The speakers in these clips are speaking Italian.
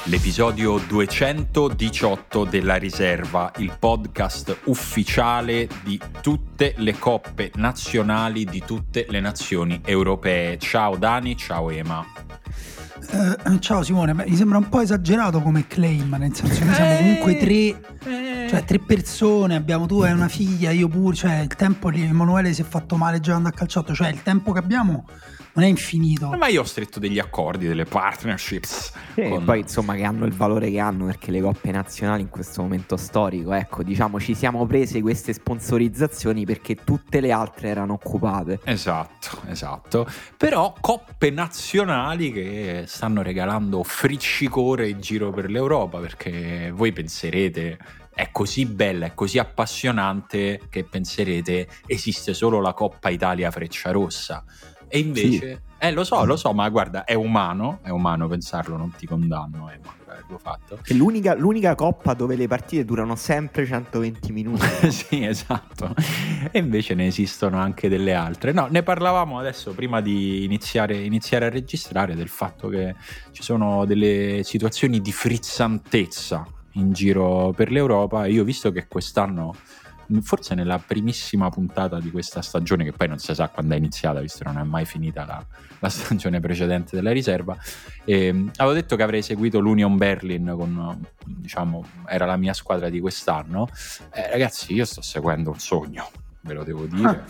l'episodio 218 della Riserva, il podcast ufficiale di tutte le coppe nazionali di tutte le nazioni europee. Ciao Dani, ciao Ema. Ciao Simone, mi sembra un po' esagerato come claim, nel senso che siamo comunque tre persone, abbiamo tu e una figlia, io pure, cioè il tempo lì, Emanuele si è fatto male giocando a calciotto, cioè il tempo che abbiamo non è infinito. Ma io ho stretto degli accordi, delle partnerships. E poi insomma che hanno il valore che hanno, perché le coppe nazionali in questo momento storico, ecco, diciamo ci siamo prese queste sponsorizzazioni perché tutte le altre erano occupate. Esatto. Però coppe nazionali che stanno regalando friccicore in giro per l'Europa, perché voi penserete è così bella, è così appassionante che penserete esiste solo la Coppa Italia Frecciarossa. E invece, sì. Lo so, ma guarda, è umano pensarlo, non ti condanno, per averlo fatto. È l'unica coppa dove le partite durano sempre 120 minuti. Sì, esatto. E invece ne esistono anche delle altre. No, ne parlavamo adesso prima di iniziare a registrare, del fatto che ci sono delle situazioni di frizzantezza in giro per l'Europa. E io, visto che quest'anno, forse nella primissima puntata di questa stagione, che poi non si sa quando è iniziata, visto che non è mai finita la stagione precedente della Riserva, avevo detto che avrei seguito l'Union Berlin diciamo, era la mia squadra di quest'anno. Ragazzi, io sto seguendo un sogno, ve lo devo dire.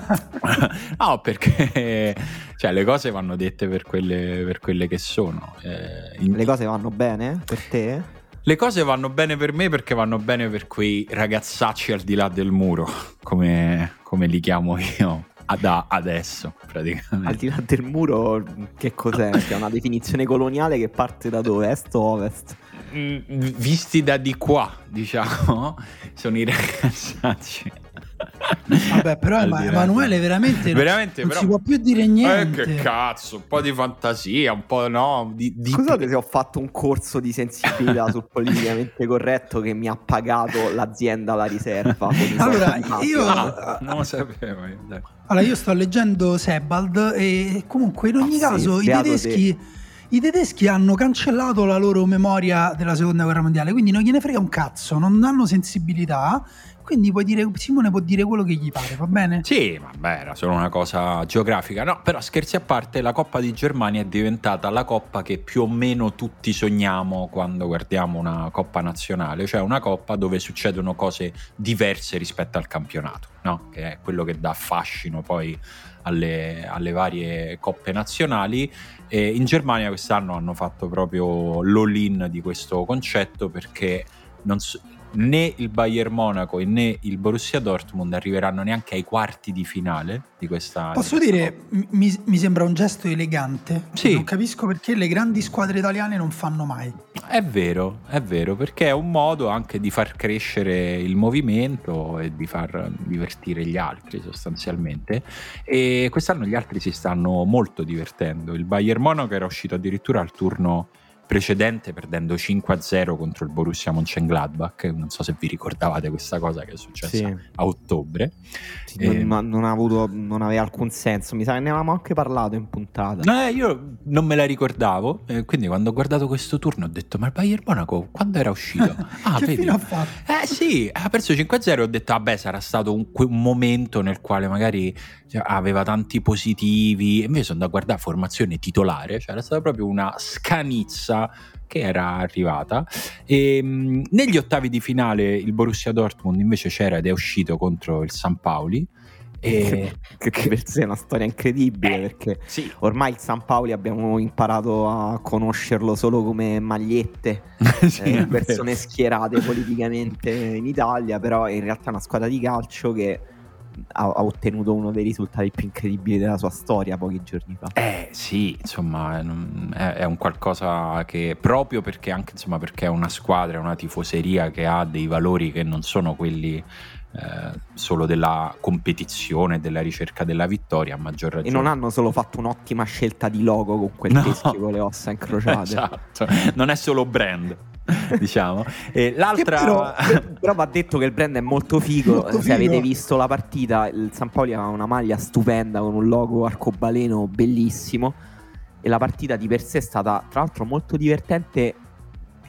No, perché cioè, le cose vanno dette per quelle che sono. Le cose vanno bene per te? Le cose vanno bene per me perché vanno bene per quei ragazzacci al di là del muro, come li chiamo io da adesso, praticamente. Al di là del muro che cos'è? C'è una definizione coloniale che parte da dove? Est o ovest? Visti da di qua, diciamo, sono i ragazzacci. Vabbè, però Emanuele veramente non però, si può più dire niente. Che cazzo, un po' di fantasia, un po' no Scusate se ho fatto un corso di sensibilità sul politicamente corretto che mi ha pagato l'azienda La Riserva. Allora io non lo sapevo. Dai. Allora io sto leggendo Sebald e comunque in ogni caso i tedeschi hanno cancellato la loro memoria della seconda guerra mondiale, quindi non gliene frega un cazzo, non hanno sensibilità. Quindi Simone può dire quello che gli pare, va bene? Sì, vabbè, era solo una cosa geografica. No, però scherzi a parte, la Coppa di Germania è diventata la coppa che più o meno tutti sogniamo quando guardiamo una coppa nazionale, cioè una coppa dove succedono cose diverse rispetto al campionato, no? Che è quello che dà fascino poi alle varie coppe nazionali. E in Germania quest'anno hanno fatto proprio l'all-in di questo concetto, perché né il Bayern Monaco e né il Borussia Dortmund arriveranno neanche ai quarti di finale di questa. Posso dire, mi sembra un gesto elegante. Sì. Non capisco perché le grandi squadre italiane non fanno mai. È vero, perché è un modo anche di far crescere il movimento e di far divertire gli altri sostanzialmente. E quest'anno gli altri si stanno molto divertendo. Il Bayern Monaco era uscito addirittura al turno precedente perdendo 5-0 contro il Borussia Mönchengladbach. Non so se vi ricordavate questa cosa che è successa a ottobre. Non aveva alcun senso, mi sa che ne avevamo anche parlato in puntata. Io non me la ricordavo, quindi quando ho guardato questo turno ho detto: ma il Bayern Monaco quando era uscito? Che vedi? fine ha fatto? Sì, ha perso 5-0 e ho detto vabbè, sarà stato un momento nel quale magari aveva tanti positivi. E invece sono andato a guardare formazione titolare, cioè era stata proprio una scanizza che era arrivata. E negli ottavi di finale il Borussia Dortmund invece c'era ed è uscito contro il San Paoli. Che per sé è una storia incredibile, perché sì. Ormai il San Paoli abbiamo imparato a conoscerlo solo come magliette, persone schierate politicamente in Italia, però in realtà è una squadra di calcio che ha ottenuto uno dei risultati più incredibili della sua storia pochi giorni fa. Sì, insomma, è un qualcosa che, proprio perché anche insomma perché è una squadra, una tifoseria che ha dei valori che non sono quelli solo della competizione, della ricerca della vittoria, a maggior ragione. E non hanno solo fatto un'ottima scelta di logo con quel teschio con le ossa incrociate. Esatto, non è solo brand, diciamo. E l'altra però va detto che il brand è molto figo. Se avete visto la partita, il San Paoli aveva una maglia stupenda con un logo arcobaleno bellissimo, e la partita di per sé è stata tra l'altro molto divertente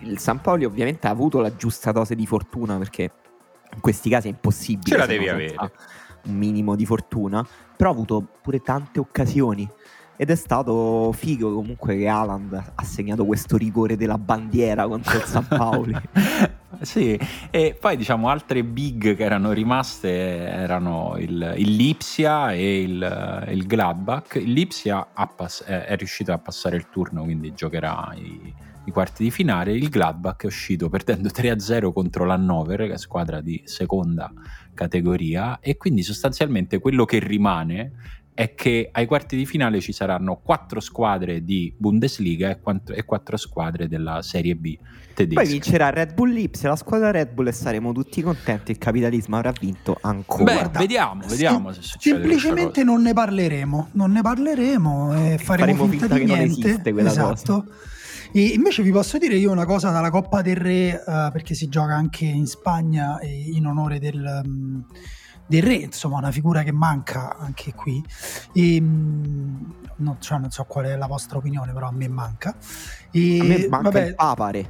il Sampaoli ovviamente ha avuto la giusta dose di fortuna, perché in questi casi è impossibile, ce la devi avere un minimo di fortuna, però ha avuto pure tante occasioni ed è stato figo comunque che Haaland ha segnato questo rigore della bandiera contro il Sampaoli. Sì, e poi diciamo altre big che erano rimaste erano il Lipsia e il Gladbach. Il Lipsia è riuscito a passare il turno, quindi giocherà i quarti di finale. Il Gladbach è uscito perdendo 3-0 contro l'Hannover, che è squadra di seconda categoria, e quindi sostanzialmente quello che rimane è che ai quarti di finale ci saranno 4 squadre di Bundesliga e 4 squadre della Serie B tedesca. Poi vincerà Red Bull Lipsia, la squadra Red Bull, e saremo tutti contenti. Il capitalismo avrà vinto ancora. Beh, vediamo se succede. Semplicemente non ne parleremo e faremo finta di che niente. Non esiste quella esatto. Cosa. E invece vi posso dire io una cosa dalla Coppa del Re, perché si gioca anche in Spagna in onore del Re, insomma una figura che manca anche qui, e non so qual è la vostra opinione, però a me manca. E, a me manca il Papa Re.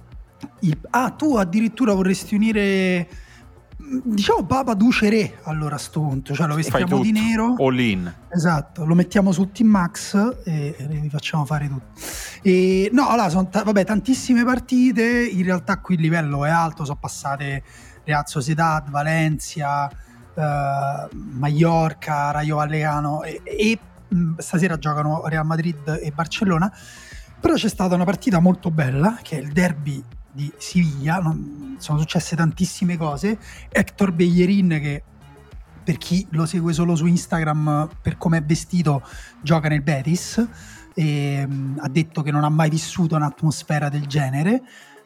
Tu addirittura vorresti unire, diciamo, Papa Duce Re, allora a sto punto, cioè lo vestiamo di nero, all in, esatto, lo mettiamo sul Team Max e vi facciamo fare tutto. E no, allora sono tantissime partite, in realtà qui il livello è alto, sono passate Real Sociedad, Valencia, Mallorca, Rayo Vallecano e stasera giocano Real Madrid e Barcellona. Però c'è stata una partita molto bella, che è il derby di Siviglia. Sono successe tantissime cose. Héctor Bellerín, che per chi lo segue solo su Instagram per come è vestito, gioca nel Betis, e ha detto che non ha mai vissuto un'atmosfera del genere.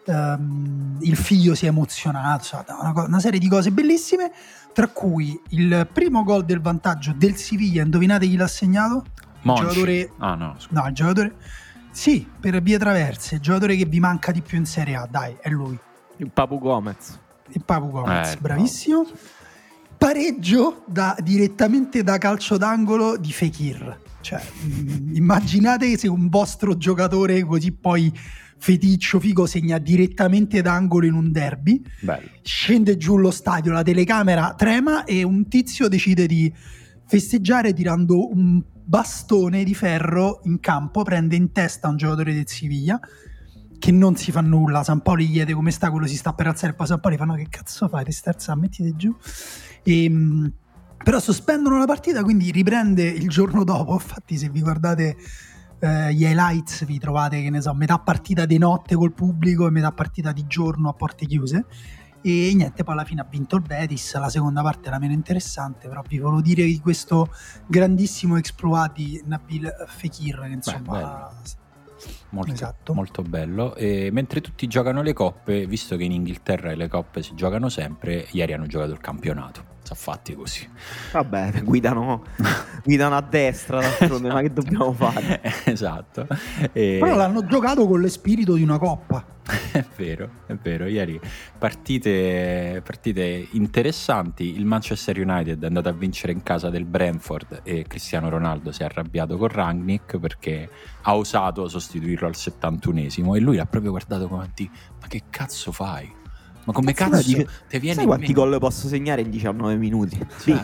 Il figlio si è emozionato, una serie di cose bellissime, tra cui il primo gol del vantaggio del Siviglia. Indovinate chi l'ha segnato? Monchi. Il giocatore, il giocatore, sì, per vie traverse, il giocatore che vi manca di più in Serie A, dai, è lui, il Papu Gomez, bravissimo. No. Pareggio direttamente da calcio d'angolo di Fekir, cioè immaginate se un vostro giocatore così poi feticcio, figo, segna direttamente d'angolo in un derby. Bello. Scende giù lo stadio, la telecamera trema e un tizio decide di festeggiare tirando un bastone di ferro in campo, prende in testa un giocatore del Siviglia che non si fa nulla. Sampaoli gli chiede come sta, quello si sta per alzare, e poi Sampaoli fa: no, che cazzo fai, ti sterza, mettiti giù. Però sospendono la partita, quindi riprende il giorno dopo. Infatti se vi guardate gli highlights vi trovate, che ne so, metà partita di notte col pubblico e metà partita di giorno a porte chiuse. E niente, poi alla fine ha vinto il Betis. La seconda parte era meno interessante, però vi volevo dire di questo grandissimo exploit di Nabil Fekir, che insomma molto bello. E mentre tutti giocano le coppe, visto che in Inghilterra le coppe si giocano sempre, ieri hanno giocato il campionato. Sono fatti così. Vabbè, guidano a destra, d'altronde, ma che dobbiamo fare? Esatto. Però l'hanno giocato con lo spirito di una coppa. È vero. Ieri partite interessanti. Il Manchester United è andato a vincere in casa del Brentford e Cristiano Ronaldo si è arrabbiato con Rangnick perché ha osato sostituirlo al 71esimo e lui l'ha proprio guardato come a dire: ma che cazzo fai? Ma come cazzo ti viene? Sai quanti gol posso segnare in 19 minuti?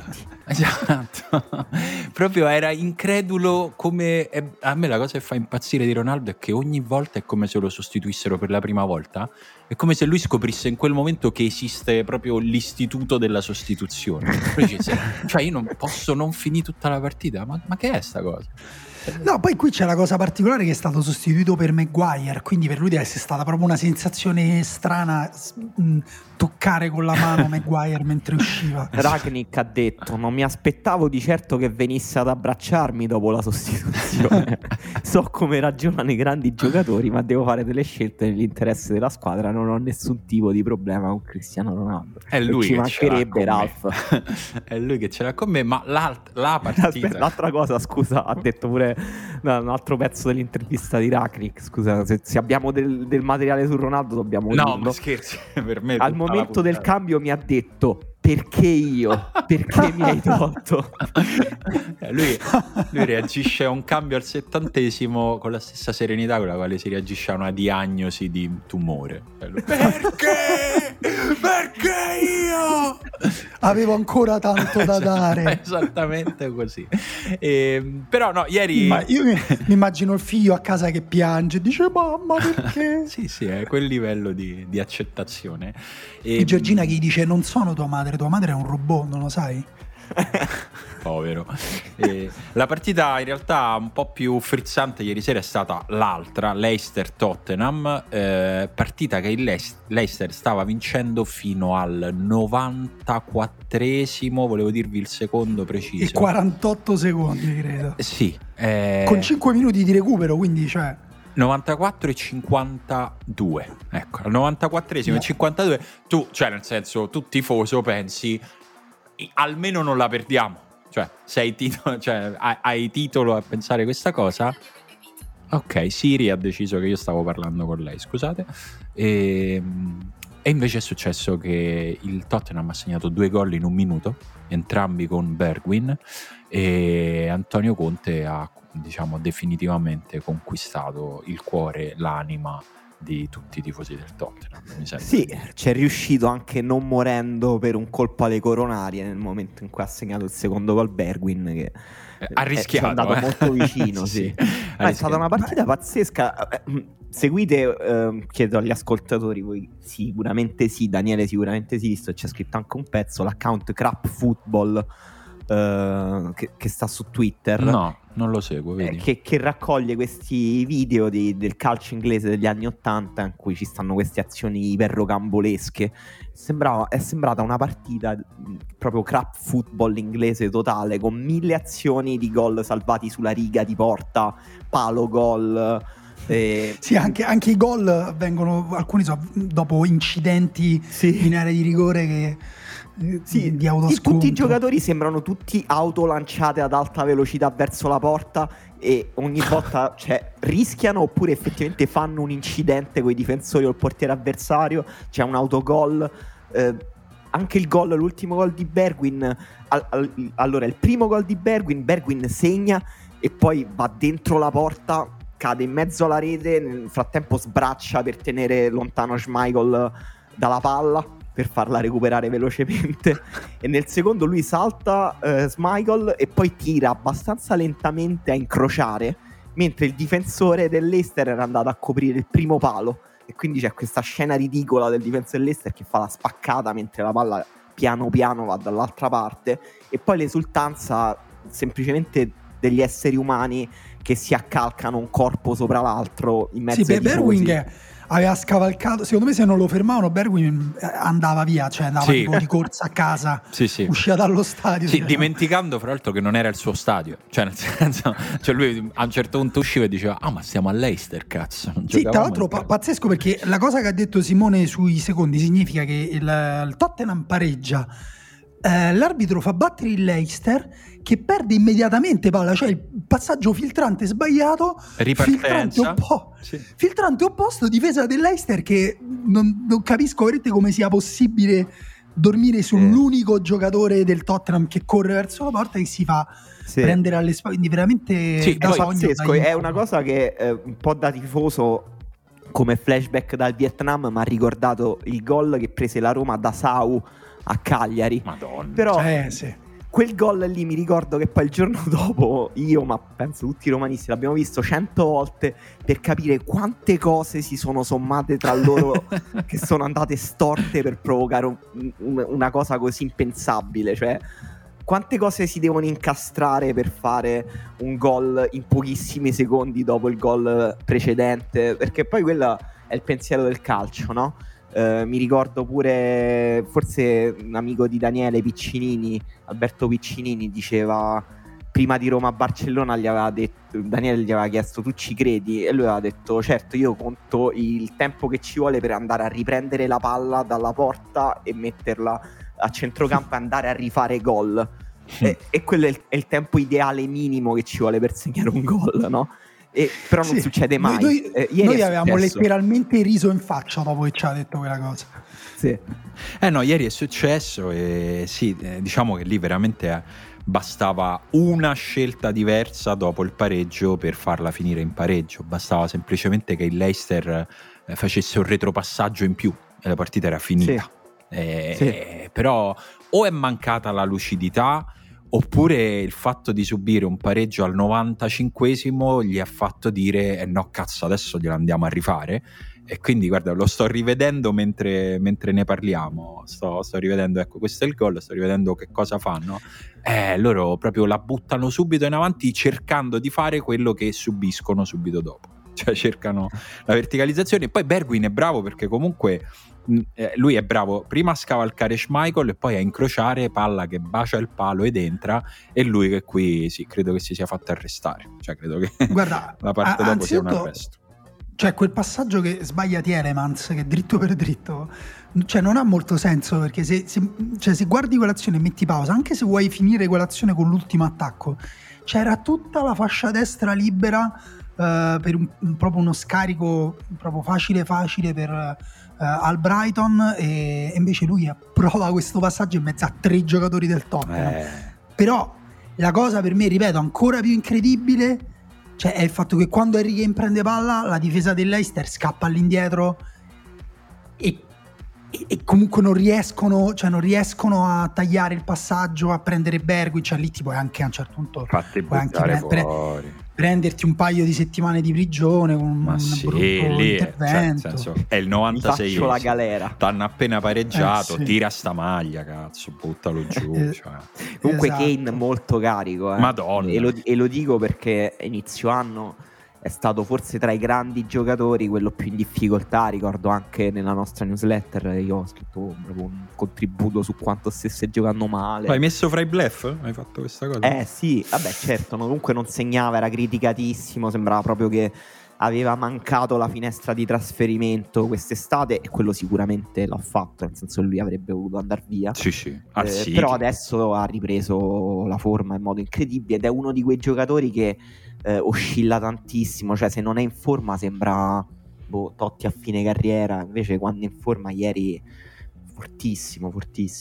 Esatto. Proprio era incredulo. Come a me la cosa che fa impazzire di Ronaldo è che ogni volta è come se lo sostituissero per la prima volta. È come se lui scoprisse in quel momento che esiste proprio l'istituto della sostituzione. Cioè io non posso non finire tutta la partita. Ma che è sta cosa? No, poi qui c'è la cosa particolare che è stato sostituito per Maguire, quindi per lui deve essere stata proprio una sensazione strana toccare con la mano Maguire mentre usciva. Rangnick ha detto: non mi aspettavo di certo che venisse ad abbracciarmi dopo la sostituzione. So come ragionano i grandi giocatori, ma devo fare delle scelte nell'interesse della squadra, non ho nessun tipo di problema con Cristiano Ronaldo. È lui ci mancherebbe, Ralph. È lui che ce l'ha con me, ma la partita. Aspetta, l'altra cosa, scusa, ha detto pure un altro pezzo dell'intervista di Rangnick. Scusa, se abbiamo del materiale su Ronaldo dobbiamo dirlo. No, ma scherzi, per me al momento del cambio mi ha detto: perché io? Perché mi hai tolto? Lui reagisce a un cambio al 70° con la stessa serenità con la quale si reagisce a una diagnosi di tumore. Perché? Perché io? Avevo ancora tanto da dare. Esattamente così. Però no, ieri... Ma io mi immagino il figlio a casa che piange e dice mamma perché? Sì, è quel livello di accettazione. E Giorgina che gli dice non sono tua madre è un robot, non lo sai? Povero. La partita in realtà un po' più frizzante ieri sera è stata l'altra, Leicester-Tottenham, partita che il Leicester stava vincendo fino al 94esimo, volevo dirvi il secondo preciso. E 48 secondi credo. Sì. Con 5 minuti di recupero, quindi 94 e 52, ecco, al 94esimo e 52 tu, cioè nel senso, tu tifoso pensi almeno non la perdiamo, cioè hai titolo a pensare questa cosa. Ok, Siri ha deciso che io stavo parlando con lei, scusate. E invece è successo che il Tottenham ha segnato 2 gol in un minuto, entrambi con Bergwijn, e Antonio Conte ha, diciamo, definitivamente conquistato il cuore, l'anima di tutti i tifosi del Tottenham. Sì, c'è riuscito anche non morendo per un colpo alle coronarie nel momento in cui ha segnato il secondo gol Bergwijn, che ha rischiato, è andato molto vicino. sì. È stata una partita pazzesca. Seguite, chiedo agli ascoltatori, voi sicuramente sì, Daniele sicuramente sì, visto che c'è scritto anche un pezzo, l'account Crap Football che sta su Twitter. No, non lo seguo, vedi. Che raccoglie questi video del calcio inglese degli anni '80 in cui ci stanno queste azioni iperrocambolesche. È sembrata una partita proprio crap football inglese totale, con 1000 azioni di gol salvati sulla riga di porta, palo gol. Sì, anche i gol avvengono, alcuni dopo incidenti in area di rigore che di autoscontro. Tutti i giocatori sembrano tutti autolanciati ad alta velocità verso la porta e ogni volta rischiano oppure effettivamente fanno un incidente con i difensori o il portiere avversario. C'è un autogol. Anche l'ultimo gol di Bergwijn, allora il primo gol di Bergwijn segna e poi va dentro la porta, cade in mezzo alla rete, nel frattempo sbraccia per tenere lontano Schmeichel dalla palla per farla recuperare velocemente, e nel secondo lui salta Schmeichel e poi tira abbastanza lentamente a incrociare, mentre il difensore del Leicester era andato a coprire il primo palo, e quindi c'è questa scena ridicola del difensore del Leicester che fa la spaccata mentre la palla piano piano va dall'altra parte, e poi l'esultanza semplicemente degli esseri umani che si accalcano un corpo sopra l'altro in mezzo ai tifosi. Bergwijn aveva scavalcato, secondo me se non lo fermavano Bergwijn andava via, cioè andava tipo di corsa a casa, usciva dallo stadio. Sì, dimenticando fra l'altro che non era il suo stadio, cioè nel senso, lui a un certo punto usciva e diceva ma stiamo a Leicester, cazzo. Sì, tra l'altro pazzesco, perché la cosa che ha detto Simone sui secondi significa che il Tottenham pareggia, l'arbitro fa battere il Leicester che perde immediatamente palla, cioè il passaggio filtrante sbagliato, filtrante opposto, difesa del Leicester che non capisco veramente come sia possibile dormire sull'unico giocatore del Tottenham che corre verso la porta e si fa prendere alle spalle, quindi veramente pazzesco. È una cosa che un po' da tifoso come flashback dal Vietnam mi ha ricordato il gol che prese la Roma da Sau a Cagliari. Madonna. Però quel gol lì mi ricordo che poi il giorno dopo io, ma penso tutti i romanisti, l'abbiamo visto 100 volte per capire quante cose si sono sommate tra loro che sono andate storte per provocare una cosa così impensabile, cioè quante cose si devono incastrare per fare un gol in pochissimi secondi dopo il gol precedente, perché poi quello è il pensiero del calcio, no? Mi ricordo pure, forse un amico di Daniele Piccinini, Alberto Piccinini, diceva prima di Roma-Barcellona, Daniele gli aveva chiesto tu ci credi? E lui aveva detto certo, io conto il tempo che ci vuole per andare a riprendere la palla dalla porta e metterla a centrocampo e andare a rifare gol, e quello è il tempo ideale minimo che ci vuole per segnare un gol, no? Però non succede mai. Noi avevamo letteralmente riso in faccia dopo che ci ha detto quella cosa. Sì. No, ieri è successo e sì, diciamo che lì veramente bastava una scelta diversa dopo il pareggio per farla finire in pareggio. Bastava semplicemente che il Leicester facesse un retropassaggio in più e la partita era finita. Però o è mancata la lucidità, oppure il fatto di subire un pareggio al 95esimo gli ha fatto dire no cazzo, adesso glielo andiamo a rifare. E quindi guarda, lo sto rivedendo mentre ne parliamo, sto rivedendo, ecco, questo è il gol, sto rivedendo che cosa fanno. Loro proprio la buttano subito in avanti cercando di fare quello che subiscono subito dopo, cioè cercano la verticalizzazione. E poi Bergwijn è bravo perché comunque lui è bravo prima a scavalcare Schmeichel e poi a incrociare, palla che bacia il palo ed entra, e lui che qui sì, credo che si sia fatto arrestare, cioè credo che guarda, la parte dopo sia un arresto. Cioè quel passaggio che sbaglia Tielemans, che è dritto per dritto, cioè non ha molto senso, perché se guardi quell'azione e metti pausa, anche se vuoi finire quell'azione con l'ultimo attacco, c'era tutta la fascia destra libera per proprio uno scarico proprio facile per al Brighton, e invece lui prova questo passaggio in mezzo a 3 giocatori del Tottenham. Però la cosa per me, ripeto, ancora più incredibile, cioè, è il fatto che quando Harry Kane prende palla, la difesa del Leicester scappa all'indietro e comunque non riescono a tagliare il passaggio, a prendere Bergwijn. Cioè lì ti puoi anche a un certo punto prenderti un paio di settimane di prigione con un brutto intervento. Cioè, è il 96, faccio la galera, t'hanno appena pareggiato, tira sta maglia, cazzo, buttalo giù. Cioè. Comunque Kane molto carico, Madonna. E lo dico perché inizio anno è stato forse tra i grandi giocatori quello più in difficoltà. Ricordo anche nella nostra newsletter io ho scritto proprio un contributo su quanto stesse giocando male. L'hai messo fra i bluff? Hai fatto questa cosa? Sì, vabbè, certo, comunque non segnava, era criticatissimo, sembrava proprio che aveva mancato la finestra di trasferimento quest'estate, e quello sicuramente l'ha fatto, nel senso che lui avrebbe voluto andare via. Sì. Però adesso ha ripreso la forma in modo incredibile ed è uno di quei giocatori che oscilla tantissimo, cioè se non è in forma sembra Totti a fine carriera, invece quando è in forma ieri fortissimo.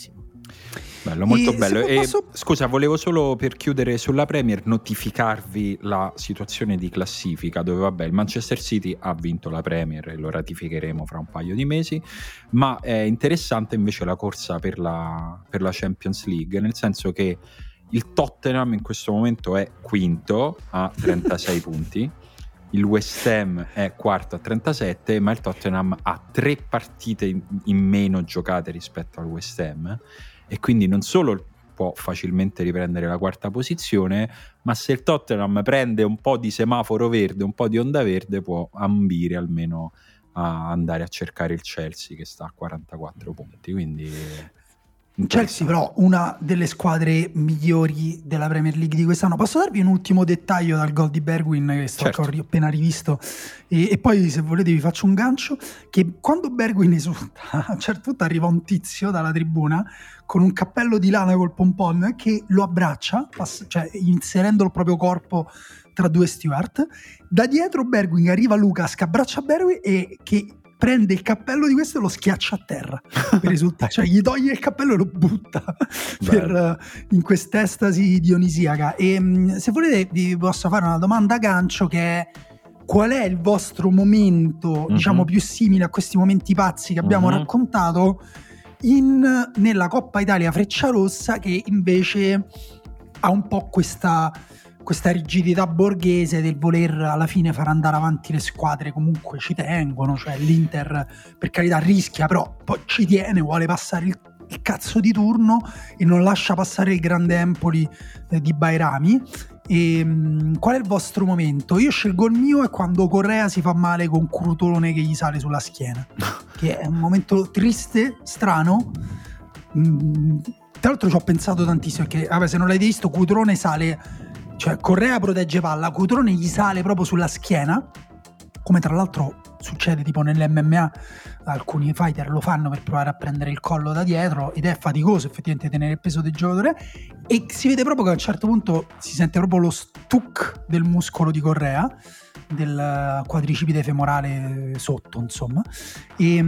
Bello, molto bello. Scusa, volevo solo, per chiudere sulla Premier, notificarvi la situazione di classifica, dove vabbè, il Manchester City ha vinto la Premier e lo ratificheremo fra un paio di mesi, ma è interessante invece la corsa per la Champions League, nel senso che il Tottenham in questo momento è quinto a 36 punti, il West Ham è quarto a 37, ma il Tottenham ha 3 partite in meno giocate rispetto al West Ham, e quindi non solo può facilmente riprendere la quarta posizione, ma se il Tottenham prende un po' di semaforo verde, un po' di onda verde, può ambire almeno a andare a cercare il Chelsea, che sta a 44 punti, quindi Chelsea però una delle squadre migliori della Premier League di quest'anno. Posso darvi un ultimo dettaglio dal gol di Bergwijn che ho appena rivisto, e poi se volete vi faccio un gancio, che quando Bergwijn esulta a un certo punto arriva un tizio dalla tribuna con un cappello di lana col pompon che lo abbraccia, cioè inserendo il proprio corpo tra 2 steward. Da dietro Bergwijn arriva Lucas che abbraccia Bergwijn e che prende il cappello di questo e lo schiaccia a terra per risultare, cioè gli toglie il cappello e lo butta in quest'estasi dionisiaca. E se volete vi posso fare una domanda a gancio, che è: qual è il vostro momento diciamo più simile a questi momenti pazzi che abbiamo raccontato nella Coppa Italia Frecciarossa, che invece ha un po' questa rigidità borghese del voler alla fine far andare avanti le squadre, comunque ci tengono, cioè l'Inter per carità rischia, però poi ci tiene, vuole passare il cazzo di turno e non lascia passare il grande Empoli di Bairami. E qual è il vostro momento? Io scelgo il mio, è quando Correa si fa male con Crutone che gli sale sulla schiena, che è un momento triste, strano. Tra l'altro ci ho pensato tantissimo, perché vabbè, se non l'avete visto, Crutone sale, cioè Correa protegge palla, Crutone gli sale proprio sulla schiena, come tra l'altro succede tipo nell'MMA, alcuni fighter lo fanno per provare a prendere il collo da dietro, ed è faticoso effettivamente tenere il peso del giocatore, e si vede proprio che a un certo punto si sente proprio lo stuck del muscolo di Correa, del quadricipite femorale sotto, insomma. E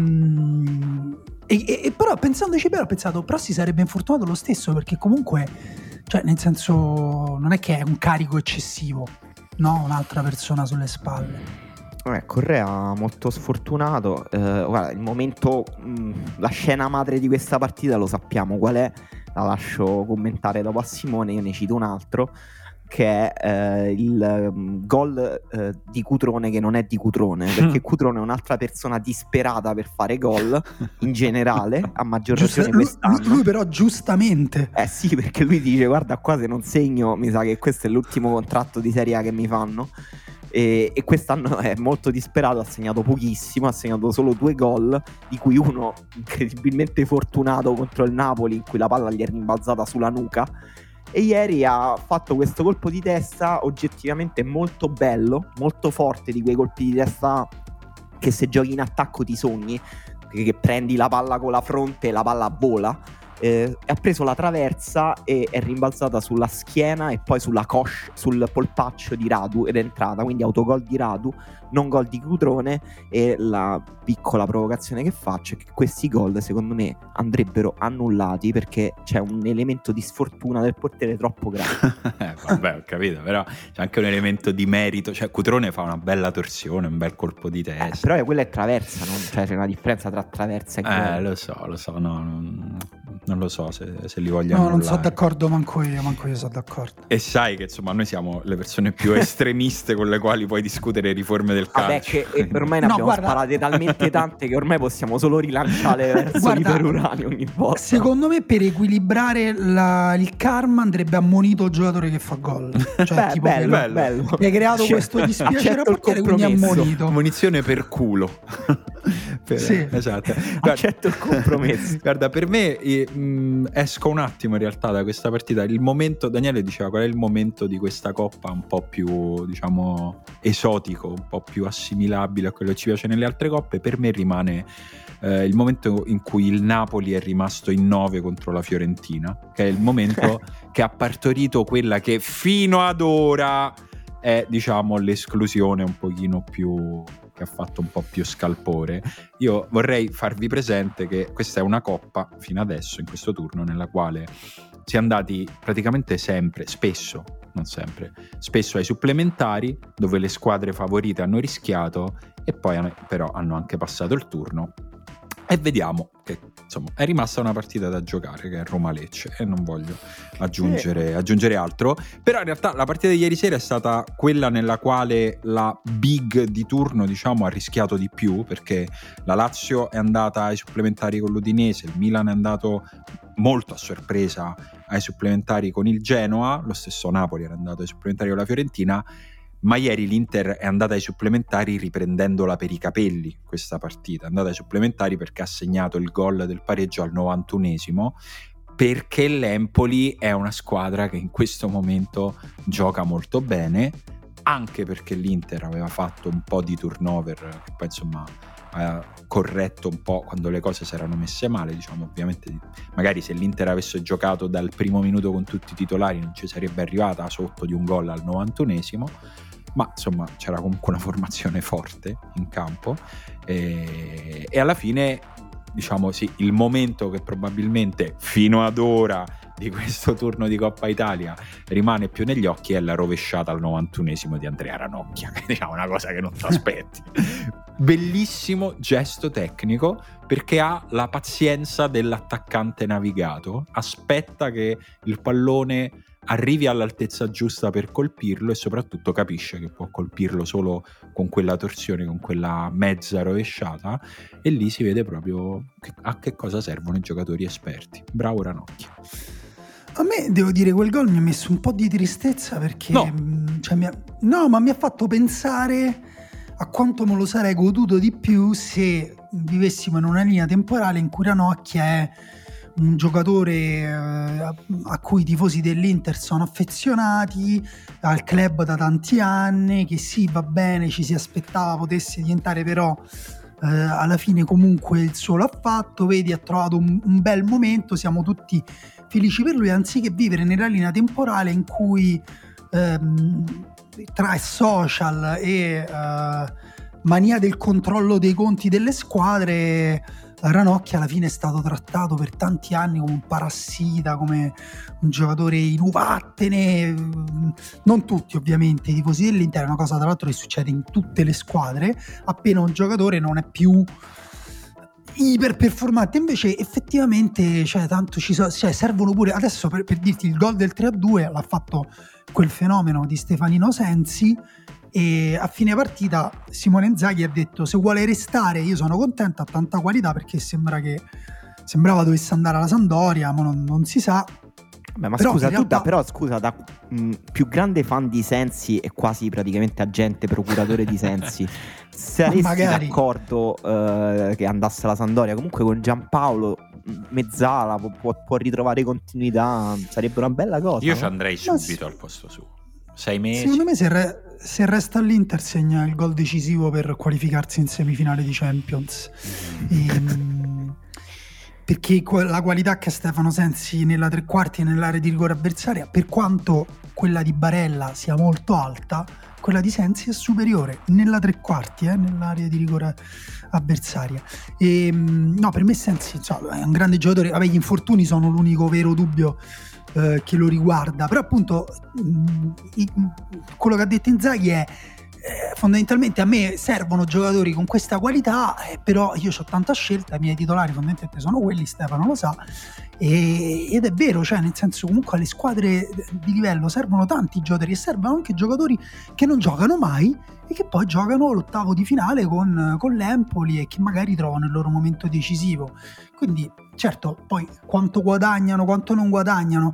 però pensandoci bene ho pensato, però si sarebbe infortunato lo stesso, perché comunque, cioè, nel senso, non è che è un carico eccessivo, no? Un'altra persona sulle spalle. Correa molto sfortunato. Guarda, il momento, la scena madre di questa partita lo sappiamo qual è, la lascio commentare dopo a Simone, io ne cito un altro, che è il gol di Cutrone, che non è di Cutrone, perché Cutrone è un'altra persona disperata per fare gol in generale, a maggior ragione quest'anno. Lui però giustamente. Sì, perché lui dice: guarda qua, se non segno mi sa che questo è l'ultimo contratto di Serie A che mi fanno. E quest'anno è molto disperato, ha segnato pochissimo, ha segnato solo 2 gol, di cui uno incredibilmente fortunato contro il Napoli, in cui la palla gli è rimbalzata sulla nuca. E ieri ha fatto questo colpo di testa oggettivamente molto bello, molto forte, di quei colpi di testa che se giochi in attacco ti sogni, che prendi la palla con la fronte e la palla vola. Ha preso la traversa e è rimbalzata sulla schiena e poi sulla coscia, sul polpaccio di Radu, ed è entrata, quindi autogol di Radu, non gol di Cutrone. E la piccola provocazione che faccio è che questi gol secondo me andrebbero annullati, perché c'è un elemento di sfortuna del portiere troppo grande. Vabbè, ho capito, però c'è anche un elemento di merito, cioè Cutrone fa una bella torsione, un bel colpo di testa, però quella è traversa, cioè c'è una differenza tra traversa e gol. Lo so, no, non lo so se li voglio annullare. Non sono d'accordo, manco io sono d'accordo. E sai che insomma noi siamo le persone più estremiste con le quali puoi discutere riforme del calcio. Vabbè, che ormai ne abbiamo sparate talmente tante che ormai possiamo solo rilanciare verso l'Iperurani ogni volta. Secondo me, per equilibrare il karma, andrebbe ammonito il giocatore che fa gol. Cioè, tipo bello. Che hai creato questo dispiacere al portiere, quindi ammonito. Ammonizione per culo. Sì. Esatto. Accetto il compromesso. Guarda, per me esco un attimo in realtà da questa partita. Il momento, Daniele diceva qual è il momento di questa coppa un po' più, diciamo, esotico, un po' più assimilabile a quello che ci piace nelle altre coppe. Per me rimane il momento in cui il Napoli è rimasto in 9 contro la Fiorentina, che è il momento che ha partorito quella che fino ad ora è, diciamo, l'esclusione un pochino più, che ha fatto un po' più scalpore. Io vorrei farvi presente che questa è una coppa fino adesso, in questo turno, nella quale si è andati praticamente sempre, spesso, non sempre, spesso ai supplementari, dove le squadre favorite hanno rischiato e poi però hanno anche passato il turno. E vediamo che insomma è rimasta una partita da giocare, che è Roma-Lecce, e non voglio aggiungere altro. Però in realtà la partita di ieri sera è stata quella nella quale la big di turno, diciamo, ha rischiato di più, perché la Lazio è andata ai supplementari con l'Udinese, il Milan è andato molto a sorpresa ai supplementari con il Genoa, lo stesso Napoli era andato ai supplementari con la Fiorentina. Ma ieri l'Inter è andata ai supplementari riprendendola per i capelli questa partita, è andata ai supplementari perché ha segnato il gol del pareggio al 91esimo, perché l'Empoli è una squadra che in questo momento gioca molto bene, anche perché l'Inter aveva fatto un po' di turnover, che poi insomma ha corretto un po' quando le cose si erano messe male, diciamo. Ovviamente magari se l'Inter avesse giocato dal primo minuto con tutti i titolari non ci sarebbe arrivata sotto di un gol al 91esimo, ma insomma c'era comunque una formazione forte in campo e alla fine, diciamo, sì, il momento che probabilmente fino ad ora di questo turno di Coppa Italia rimane più negli occhi è la rovesciata al 91esimo di Andrea Ranocchia, che diciamo una cosa che non ti aspetti. Bellissimo gesto tecnico, perché ha la pazienza dell'attaccante navigato, aspetta che il pallone arrivi all'altezza giusta per colpirlo e soprattutto capisce che può colpirlo solo con quella torsione, con quella mezza rovesciata, e lì si vede proprio a che cosa servono i giocatori esperti. Bravo Ranocchia. A me, devo dire, quel gol mi ha messo un po' di tristezza, perché ma mi ha fatto pensare a quanto me lo sarei goduto di più se vivessimo in una linea temporale in cui Ranocchia è un giocatore a cui i tifosi dell'Inter sono affezionati, al club da tanti anni, che sì, va bene, ci si aspettava potesse diventare, però alla fine comunque il suo l'ha fatto, vedi, ha trovato un bel momento, siamo tutti felici per lui, anziché vivere nella linea temporale in cui tra social e mania del controllo dei conti delle squadre, Ranocchia alla fine è stato trattato per tanti anni come un parassita, come un giocatore inuvattene. Non tutti ovviamente i tifosi dell'Inter, è una cosa tra l'altro che succede in tutte le squadre, appena un giocatore non è più iper performante. Invece effettivamente tanto servono pure adesso per dirti, il gol del 3-2 l'ha fatto quel fenomeno di Stefanino Sensi, e a fine partita Simone Inzaghi ha detto: se vuole restare io sono contento, ha tanta qualità, perché sembrava dovesse andare alla Sampdoria, ma non si sa. Beh, ma però, scusa, da più grande fan di Sensi e quasi praticamente agente procuratore di Sensi, saresti d'accordo che andasse alla Sampdoria? Comunque con Giampaolo Mezzala può ritrovare continuità, sarebbe una bella cosa. Io ci andrei subito al posto suo. 6 mesi. Secondo me se resta all'Inter segna il gol decisivo per qualificarsi in semifinale di Champions. Perché la qualità che ha Stefano Sensi nella tre quarti e nell'area di rigore avversaria, per quanto quella di Barella sia molto alta, quella di Sensi è superiore nella tre quarti, nell'area di rigore avversaria. No, per me Sensi è un grande giocatore. Vabbè, gli infortuni sono l'unico vero dubbio che lo riguarda, però appunto quello che ha detto Inzaghi è fondamentalmente: a me servono giocatori con questa qualità, però io ho tanta scelta, i miei titolari fondamentalmente sono quelli, Stefano lo sa, ed è vero, nel senso, comunque alle squadre di livello servono tanti giocatori, e servono anche giocatori che non giocano mai e che poi giocano l'ottavo di finale con l'Empoli e che magari trovano il loro momento decisivo. Quindi certo, poi quanto guadagnano, quanto non guadagnano,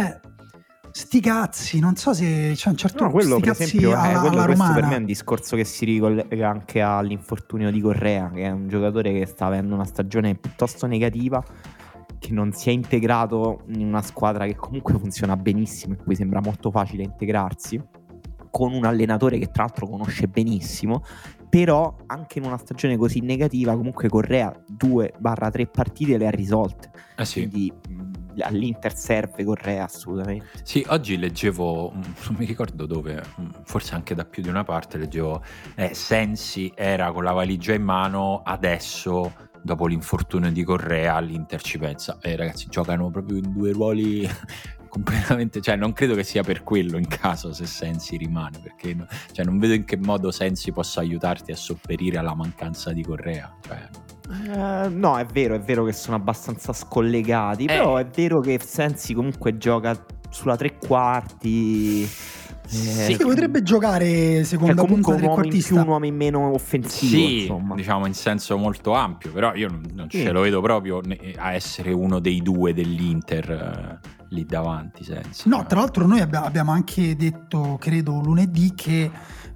sti cazzi, non so se c'è un certo no, quello per esempio alla questo per me è un discorso che si ricollega anche all'infortunio di Correa, che è un giocatore che sta avendo una stagione piuttosto negativa, che non si è integrato in una squadra che comunque funziona benissimo e cui sembra molto facile integrarsi, con un allenatore che tra l'altro conosce benissimo. Però anche in una stagione così negativa comunque Correa 2-3 partite le ha risolte. Sì. Quindi all'Inter serve Correa assolutamente. Sì, oggi leggevo, non mi ricordo dove, forse anche da più di una parte, leggevo Sensi era con la valigia in mano, adesso dopo l'infortunio di Correa all'Inter ci pensa. Ragazzi, giocano proprio in due ruoli completamente, non credo che sia per quello in caso se Sensi rimane, perché non vedo in che modo Sensi possa aiutarti a sopperire alla mancanza di Correa. No, è vero che sono abbastanza scollegati, però è vero che Sensi comunque gioca sulla tre quarti. Sì, potrebbe giocare seconda punta trequartista, un uomo in meno offensivo, sì, insomma. Diciamo in senso molto ampio, però io non ce lo vedo proprio a essere uno dei due dell'Inter lì davanti, Sensi. No, tra l'altro noi abbiamo anche detto, credo lunedì, che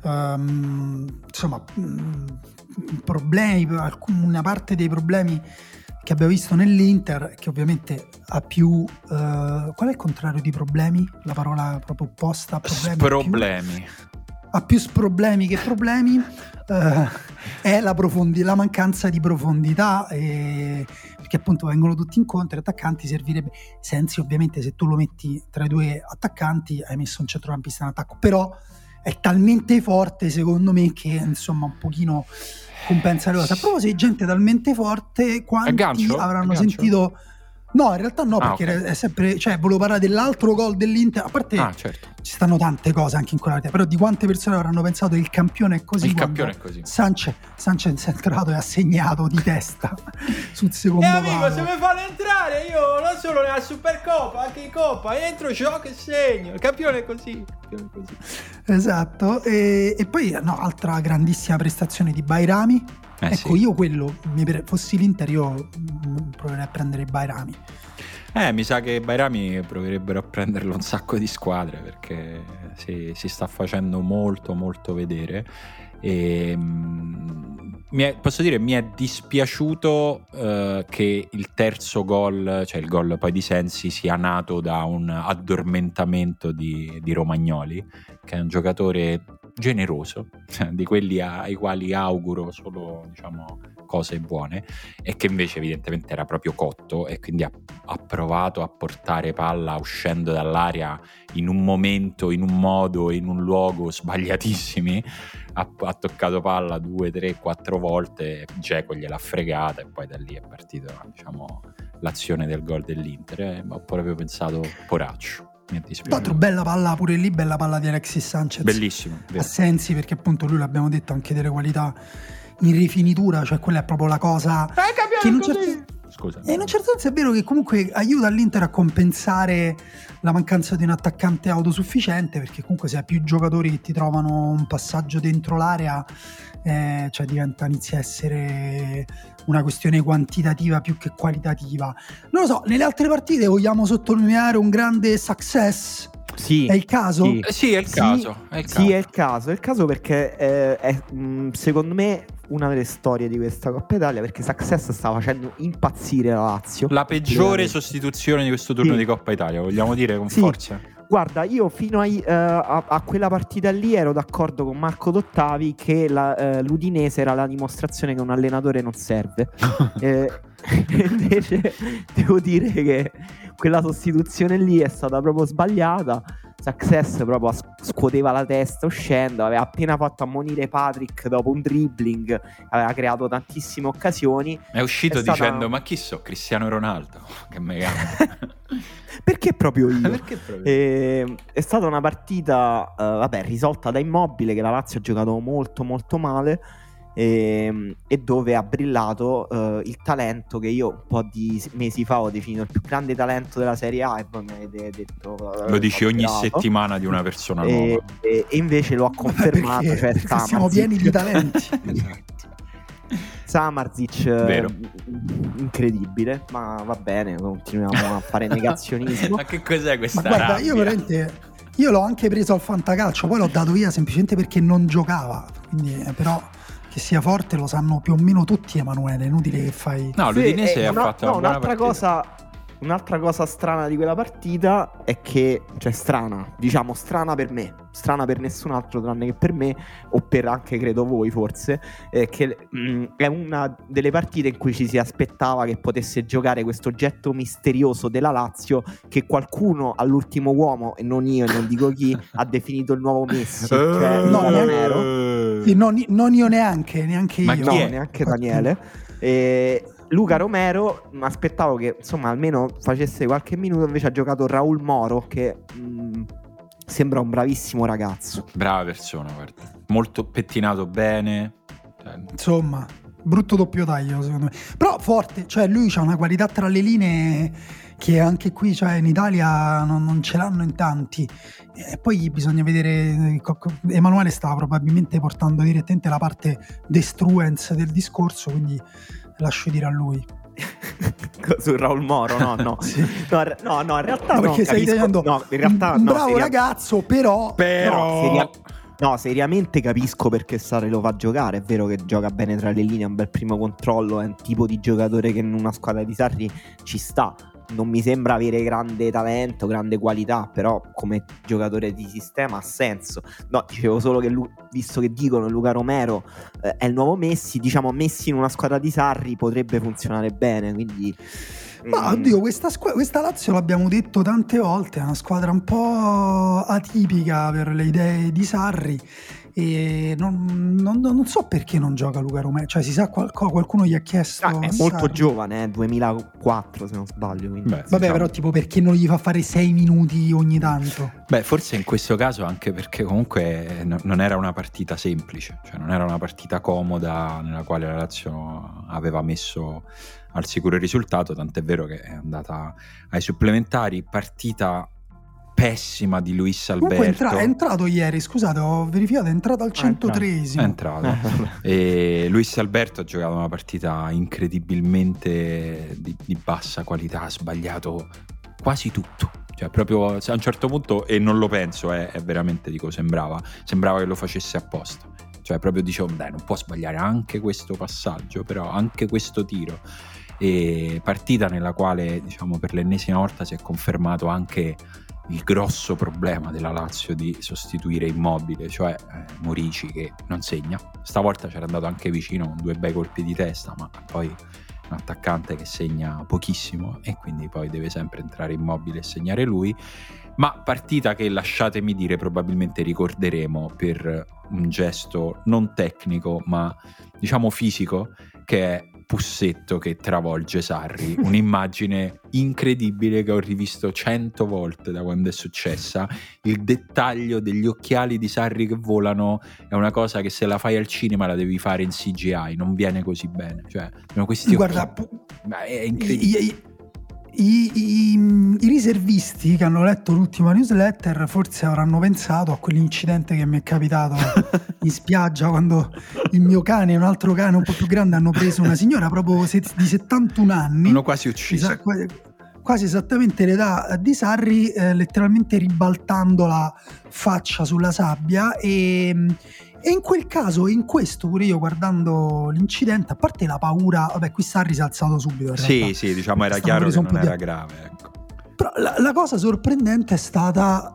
problemi, una parte dei problemi che abbiamo visto nell'Inter, che ovviamente ha più qual è il contrario di problemi? La parola proprio opposta a problemi. Ha più problemi che problemi. È la mancanza di profondità, perché appunto vengono tutti incontri, attaccanti servirebbe. Sensi ovviamente, se tu lo metti tra i due attaccanti hai messo un centrocampista in attacco, però è talmente forte secondo me che insomma un pochino compensa le cose. A proposito di gente talmente forte, quanti avranno sentito? No, in realtà no, perché okay. È sempre, volevo parlare dell'altro gol dell'Inter, a parte certo. Ci stanno tante cose anche in quella partita, però di quante persone avranno pensato che il campione è così? Il campione è così. Sanchez è entrato e ha segnato di testa sul secondo palo. Amico, se mi fanno entrare, io non solo nella Supercoppa, anche in Coppa, entro, gioco e segno. Il campione è così. Esatto. E poi altra grandissima prestazione di Bairami. Ecco, sì. Io fossi l'Inter, io proverei a prendere Bairami. Mi sa che Bairami proverebbero a prenderlo un sacco di squadre, perché si sta facendo molto molto vedere. E posso dire, mi è dispiaciuto che il terzo gol, cioè il gol poi di Sensi, sia nato da un addormentamento di Romagnoli, che è un giocatore generoso, di quelli ai quali auguro solo cose buone, e che invece evidentemente era proprio cotto, e quindi ha provato a portare palla uscendo dall'area in un momento, in un modo, in un luogo sbagliatissimi. Ha toccato palla 2, 3, 4 volte, Dzeko gliel'ha fregata, e poi da lì è partita, diciamo, l'azione del gol dell'Inter. Ho proprio pensato, poraccio. Tra l'altro bella palla pure lì, bella palla di Alexis Sanchez, bellissimo, a Sensi, perché appunto lui, l'abbiamo detto, anche delle qualità in rifinitura, cioè quella è proprio la cosa che in un certo senso è vero che comunque aiuta l'Inter a compensare la mancanza di un attaccante autosufficiente, perché comunque se hai più giocatori che ti trovano un passaggio dentro l'area, cioè inizia a essere una questione quantitativa più che qualitativa. Non lo so, nelle altre partite vogliamo sottolineare un grande success? Sì, è il caso? Sì, è il caso. Sì, è il caso perché è secondo me una delle storie di questa Coppa Italia, perché Success sta facendo impazzire la Lazio. La peggiore sostituzione di questo turno di Coppa Italia, vogliamo dire con forza. Guarda, io fino a quella partita lì ero d'accordo con Marco Dottavi che l'Udinese era la dimostrazione che un allenatore non serve. Invece devo dire che quella sostituzione lì è stata proprio sbagliata. Success proprio scuoteva la testa uscendo, aveva appena fatto ammonire Patrick dopo un dribbling, aveva creato tantissime occasioni. È uscito dicendo: ma chi so, Cristiano Ronaldo? Che megano. Perché proprio io? È stata una partita risolta da Immobile, che la Lazio ha giocato molto molto male, e dove ha brillato il talento che io un po' di mesi fa ho definito il più grande talento della Serie A, e voi mi avete detto lo dici ogni settimana di una persona nuova, e invece lo ha confermato, perché siamo pieni di talenti. Samardzic, incredibile, ma va bene, continuiamo a fare negazionismo. Ma che cos'è questa rabbia? Io l'ho anche preso al fantacalcio, poi l'ho dato via semplicemente perché non giocava, quindi però che sia forte lo sanno più o meno tutti, Emanuele, inutile che fai. No, l'Udinese ha fatto una buona partita. Un'altra cosa strana di quella partita è che, cioè strana per me, strana per nessun altro tranne che per me, o per anche credo voi forse, che è una delle partite in cui ci si aspettava che potesse giocare questo oggetto misterioso della Lazio, che qualcuno all'ultimo uomo, e non io e non dico chi, ha definito il nuovo Messi, cioè no, Romero. Sì, non io neanche io. No, neanche Daniele. Luca Romero, mi aspettavo che insomma almeno facesse qualche minuto, invece ha giocato Raul Moro, che sembra un bravissimo ragazzo. Brava persona, guarda. Molto pettinato bene. Insomma, brutto doppio taglio secondo me. Però forte, cioè lui c'ha una qualità tra le linee che anche qui, cioè in Italia non ce l'hanno in tanti. E poi bisogna vedere, Emanuele stava probabilmente portando direttamente la parte destruence del discorso, quindi lascio dire a lui. Su Raul Moro, no. Sì. No, in realtà no, perché stai dicendo un bravo ragazzo, però... seriamente capisco perché Sarri lo fa giocare. È vero che gioca bene tra le linee, ha un bel primo controllo, è un tipo di giocatore che in una squadra di Sarri ci sta. Non mi sembra avere grande talento, grande qualità, però come giocatore di sistema ha senso. No, dicevo solo che visto che dicono Luca Romero è il nuovo Messi, diciamo Messi in una squadra di Sarri potrebbe funzionare bene, quindi... Ma oddio, questa Lazio l'abbiamo detto tante volte, è una squadra un po' atipica per le idee di Sarri, e non so perché non gioca Luca Romero, cioè si sa qualcuno gli ha chiesto. È molto giovane, 2004 se non sbaglio, quindi. Vabbè, però tipo perché non gli fa fare 6 minuti ogni tanto? Beh, forse in questo caso anche perché comunque non era una partita semplice, cioè non era una partita comoda nella quale la Lazio aveva messo al sicuro il risultato, tant'è vero che è andata ai supplementari. Partita pessima di Luis Alberto. Comunque è entrato ieri, scusate, ho verificato, è entrato al 103esimo. È entrato. E Luis Alberto ha giocato una partita incredibilmente di bassa qualità, ha sbagliato quasi tutto. Cioè proprio a un certo punto, e non lo penso, è veramente, dico, sembrava che lo facesse apposta. Cioè proprio dicevo, dai, non può sbagliare anche questo passaggio, però anche questo tiro. E partita nella quale, diciamo, per l'ennesima volta si è confermato anche il grosso problema della Lazio di sostituire Immobile, cioè Morici che non segna. Stavolta c'era andato anche vicino con 2 bei colpi di testa, ma poi un attaccante che segna pochissimo e quindi poi deve sempre entrare Immobile e segnare lui. Ma partita che, lasciatemi dire, probabilmente ricorderemo per un gesto non tecnico ma diciamo fisico, che è Pussetto che travolge Sarri, un'immagine incredibile che ho rivisto 100 volte da quando è successa. Il dettaglio degli occhiali di Sarri che volano è una cosa che se la fai al cinema la devi fare in CGI, non viene così bene, cioè questi guarda, è incredibile. I riservisti che hanno letto l'ultima newsletter forse avranno pensato a quell'incidente che mi è capitato in spiaggia quando il mio cane e un altro cane un po' più grande hanno preso una signora proprio di 71 anni. Hanno quasi ucciso. Quasi esattamente l'età di Sarri, letteralmente ribaltando la faccia sulla sabbia e in quel caso, in questo pure io guardando l'incidente, a parte la paura, vabbè, qui Sarri si è alzato subito. Sì, diciamo era chiaro che non era grave, ecco. Però la cosa sorprendente è stata,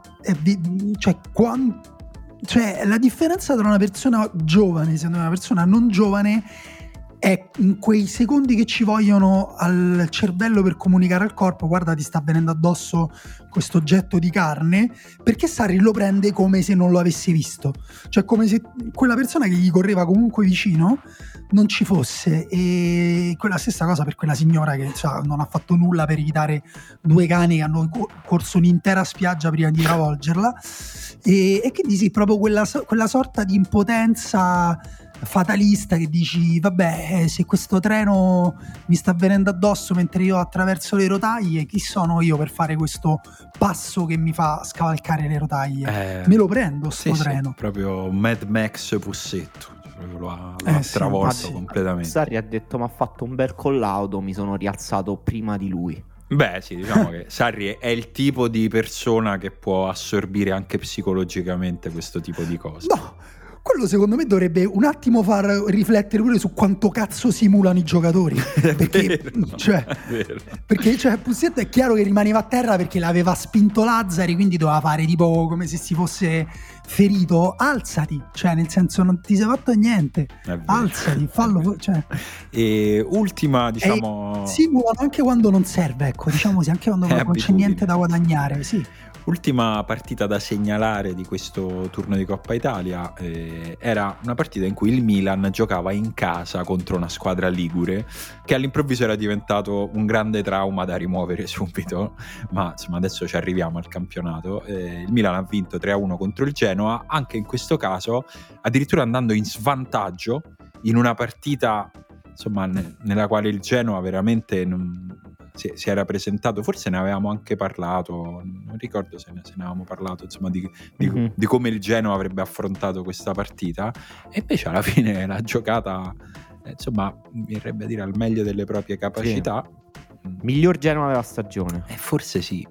la differenza tra una persona giovane e una persona non giovane è in quei secondi che ci vogliono al cervello per comunicare al corpo: guarda, ti sta venendo addosso questo oggetto di carne, perché Sarri lo prende come se non lo avesse visto, cioè come se quella persona che gli correva comunque vicino non ci fosse. E quella stessa cosa per quella signora che non ha fatto nulla per evitare 2 cani che hanno corso un'intera spiaggia prima di travolgerla, e quindi sì, proprio quella sorta di impotenza fatalista che dici vabbè, se questo treno mi sta venendo addosso mentre io attraverso le rotaie, chi sono io per fare questo passo che mi fa scavalcare le rotaie? Me lo prendo sto treno. Sì, proprio Mad Max Pussetto, lo ha travolto completamente. Sarri ha detto: mi ha fatto un bel collaudo, mi sono rialzato prima di lui. Beh sì, diciamo che Sarri è il tipo di persona che può assorbire anche psicologicamente questo tipo di cose. No, quello secondo me dovrebbe un attimo far riflettere pure su quanto cazzo simulano i giocatori, perché Pussetto è chiaro che rimaneva a terra perché l'aveva spinto Lazzari, quindi doveva fare tipo come se si fosse ferito. Alzati, cioè nel senso, non ti sei fatto niente, alzati, fallo, cioè. E ultima, diciamo, simulano anche quando non serve, ecco, diciamo sì, anche quando non c'è niente da guadagnare, sì. Ultima partita da segnalare di questo turno di Coppa Italia era una partita in cui il Milan giocava in casa contro una squadra ligure, che all'improvviso era diventato un grande trauma da rimuovere subito, ma insomma adesso ci arriviamo al campionato. Il Milan ha vinto 3-1 contro il Genoa, anche in questo caso addirittura andando in svantaggio in una partita insomma nella quale il Genoa veramente si era presentato, forse ne avevamo anche parlato, non ricordo se ne avevamo parlato, insomma di come il Genoa avrebbe affrontato questa partita, e invece alla fine la giocata insomma mi verrebbe a dire al meglio delle proprie capacità. Miglior Genoa della stagione, forse sì.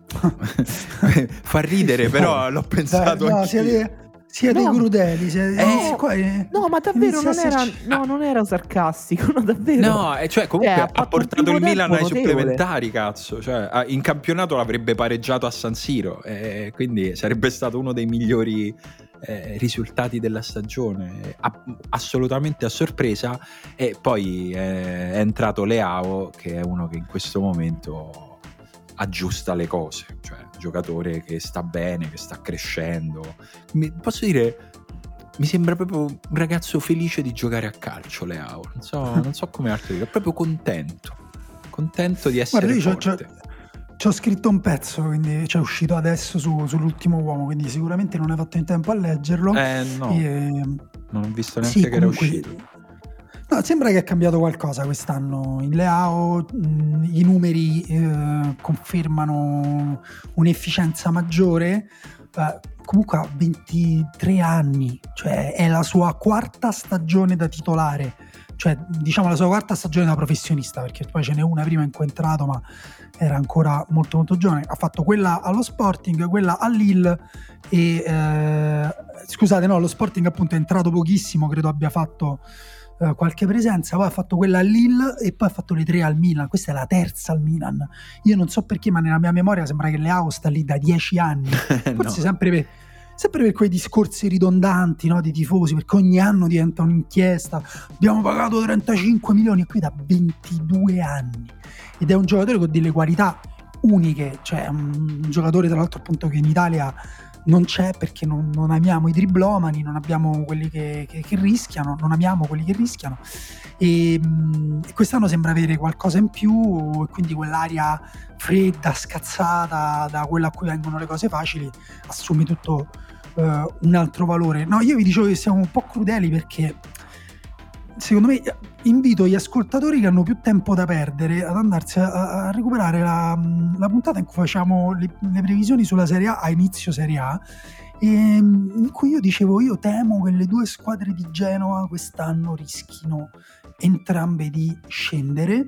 Fa ridere, però l'ho pensato anch'io. Siete crudeli, no, ma davvero non era sarcastico, no, davvero. No, cioè comunque ha portato il Milan ai supplementari, cazzo, cioè in campionato l'avrebbe pareggiato a San Siro, quindi sarebbe stato uno dei migliori risultati della stagione, assolutamente a sorpresa. E poi è entrato Leao, che è uno che in questo momento aggiusta le cose, cioè giocatore che sta bene, che sta crescendo. Posso dire, mi sembra proprio un ragazzo felice di giocare a calcio, Leao. Non so come altro dire, è proprio contento di essere forte. Ci ho scritto un pezzo, quindi c'è uscito adesso sull'ultimo uomo, quindi sicuramente non hai fatto in tempo a leggerlo. No, non ho visto neanche che era uscito. No, sembra che è cambiato qualcosa quest'anno in Leao, i numeri confermano un'efficienza maggiore, comunque ha 23 anni, cioè è la sua 4ª stagione da titolare, cioè diciamo la sua 4ª stagione da professionista, perché poi ce n'è una prima in cui è entrato ma era ancora molto molto giovane. Ha fatto quella allo Sporting, quella a Lille e scusate, no, lo Sporting appunto è entrato pochissimo, credo abbia fatto qualche presenza, poi ha fatto quella al Lille e poi ha fatto le 3 al Milan. Questa è la terza al Milan. Io non so perché, ma nella mia memoria sembra che Leao sta lì da 10 anni, forse sempre per quei discorsi ridondanti, no, dei tifosi, perché ogni anno diventa un'inchiesta, abbiamo pagato 35 milioni e qui da 22 anni, ed è un giocatore con delle qualità uniche, cioè un giocatore tra l'altro appunto che in Italia non c'è perché non amiamo i driblomani, non abbiamo quelli che rischiano, non amiamo quelli che rischiano, e quest'anno sembra avere qualcosa in più, e quindi quell'aria fredda, scazzata, da quella a cui vengono le cose facili, assume tutto un altro valore. No, io vi dicevo che siamo un po' crudeli perché secondo me invito gli ascoltatori che hanno più tempo da perdere ad andarsi a recuperare la puntata in cui facciamo le previsioni sulla Serie A a inizio Serie A, in cui io dicevo, io temo che le due squadre di Genova quest'anno rischino entrambe di scendere,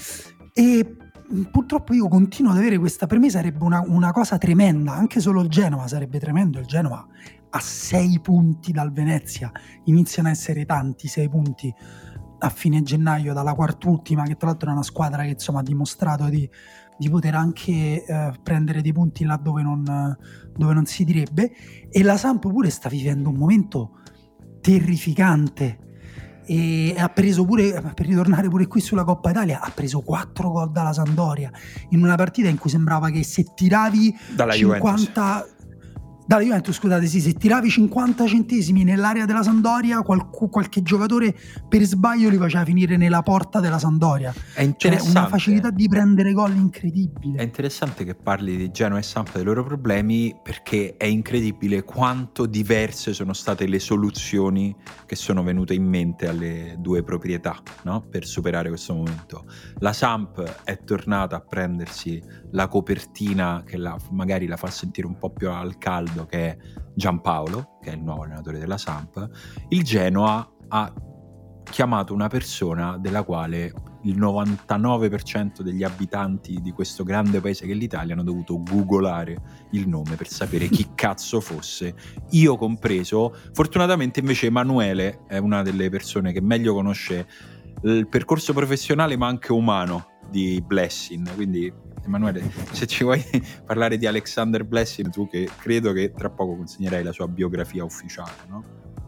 e purtroppo io continuo ad avere questa. Per me sarebbe una cosa tremenda, anche solo il Genova sarebbe tremendo. Il Genova a 6 punti dal Venezia, iniziano a essere tanti 6 punti a fine gennaio dalla quart'ultima, che tra l'altro è una squadra che insomma ha dimostrato di poter anche prendere dei punti là dove non si direbbe, e la Samp pure sta vivendo un momento terrificante, e ha preso pure, per ritornare pure qui sulla Coppa Italia, ha preso 4 gol dalla Sampdoria in una partita in cui sembrava che se tiravi dalla 50 dalla Juventus, scusate, sì, se tiravi 50 centesimi nell'area della Sampdoria, qualche giocatore per sbaglio li faceva finire nella porta della Sampdoria. È interessante, cioè, una facilità di prendere gol incredibile. È interessante che parli di Genoa e Samp, dei loro problemi, perché è incredibile quanto diverse sono state le soluzioni che sono venute in mente alle due proprietà, no? Per superare questo momento. La Samp è tornata a prendersi la copertina che magari la fa sentire un po' più al caldo, che è Giampaolo, che è il nuovo allenatore della Samp. Il Genoa ha chiamato una persona della quale il 99% degli abitanti di questo grande paese che è l'Italia hanno dovuto googolare il nome per sapere chi cazzo fosse, io compreso. Fortunatamente invece Emanuele è una delle persone che meglio conosce il percorso professionale ma anche umano di Blessing, quindi Emanuele, se ci vuoi parlare di Alexander Blessing, tu che credo che tra poco consegnerai la sua biografia ufficiale, no?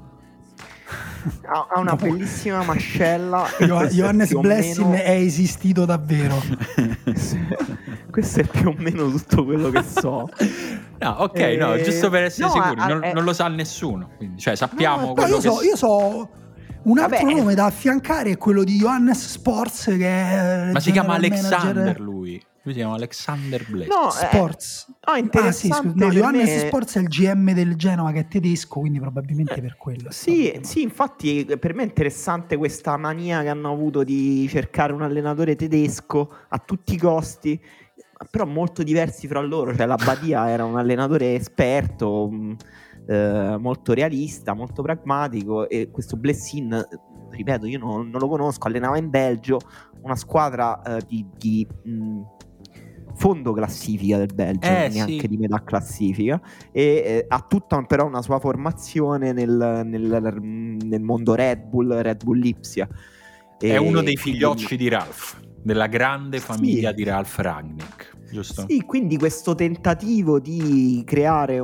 Ha una bellissima mascella. Johannes Blessing è esistito davvero. Questo è più o meno tutto quello che so. No, ok, no, giusto per essere sicuri, non lo sa nessuno, quindi, cioè sappiamo io so un altro nome da affiancare, è quello di Johannes Sports, che è ma si chiama Alexander lui si chiama Alexander Blessing. No, Sports. Interessante. No, Johannes Sports è il GM del Genoa, che è tedesco, quindi probabilmente per quello. Sì, infatti per me è interessante questa mania che hanno avuto di cercare un allenatore tedesco a tutti i costi, però molto diversi fra loro. Cioè la Badia era un allenatore esperto, molto realista, molto pragmatico, e questo Blessing, ripeto, io non lo conosco, allenava in Belgio, una squadra di fondo classifica del Belgio, neanche di metà classifica, e ha tutta però una sua formazione nel mondo Red Bull Lipsia. È uno dei figliocci di Ralf, della grande famiglia di Ralf Rangnick, giusto? Sì, quindi questo tentativo di creare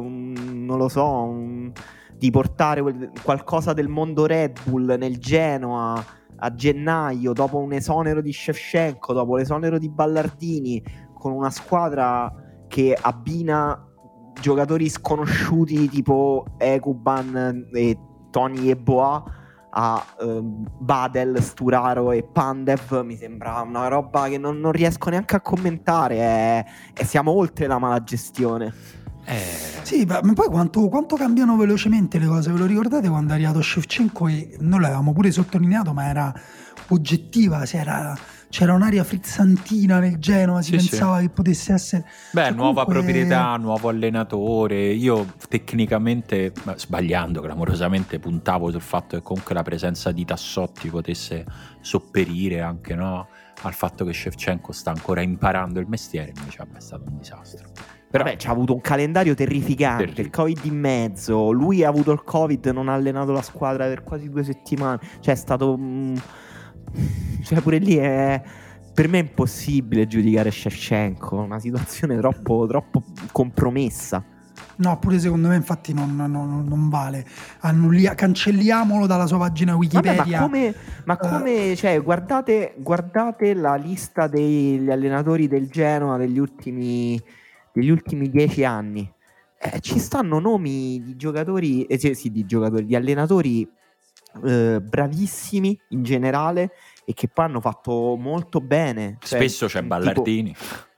di portare qualcosa del mondo Red Bull nel Genoa a gennaio, dopo un esonero di Shevchenko, dopo l'esonero di Ballardini, con una squadra che abbina giocatori sconosciuti tipo Ekuban e Tony Yeboah a Badel, Sturaro e Pandev, mi sembra una roba che non riesco neanche a commentare, e siamo oltre la mala gestione. Sì, ma poi quanto cambiano velocemente le cose. Ve lo ricordate quando è arrivato Shevchenko? E noi l'avevamo pure sottolineato, ma era oggettiva, c'era un'aria frizzantina nel Genoa, si pensava che potesse essere... nuova proprietà, nuovo allenatore. Io tecnicamente, sbagliando clamorosamente, puntavo sul fatto che comunque la presenza di Tassotti potesse sopperire anche, no, al fatto che Shevchenko sta ancora imparando il mestiere. Invece è stato un disastro. Però c'ha avuto un calendario terrificante, il Covid in mezzo, lui ha avuto il Covid, non ha allenato la squadra per quasi 2 settimane, cioè è stato cioè pure lì per me è impossibile giudicare Shevchenko, una situazione troppo compromessa. No, pure secondo me infatti non vale. Cancelliamolo dalla sua pagina Wikipedia. Vabbè, ma come cioè, guardate la lista degli allenatori del Genoa degli ultimi 10 anni. Ci stanno nomi di giocatori, di allenatori bravissimi in generale e che poi hanno fatto molto bene. Spesso c'è Ballardini.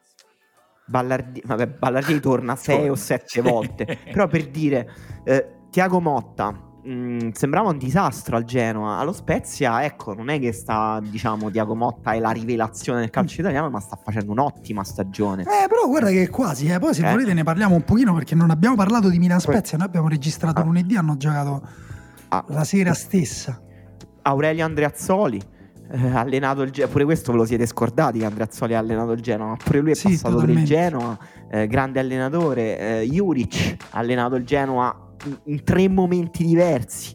Ballardini torna 6 o 7 volte. Però per dire, Thiago Motta sembrava un disastro al Genoa. Allo Spezia, ecco, non è che Thiago Motta è la rivelazione del calcio italiano, ma sta facendo un'ottima stagione. Però guarda che è quasi, poi se volete ne parliamo un pochino, perché non abbiamo parlato di Milan Spezia. Noi abbiamo registrato lunedì, hanno giocato la sera stessa. Aurelio Andreazzoli allenato il Genoa, pure questo ve lo siete scordati che Andreazzoli ha allenato il Genoa, pure lui è passato per il Genoa, grande allenatore. Juric ha allenato il Genoa in 3 momenti diversi,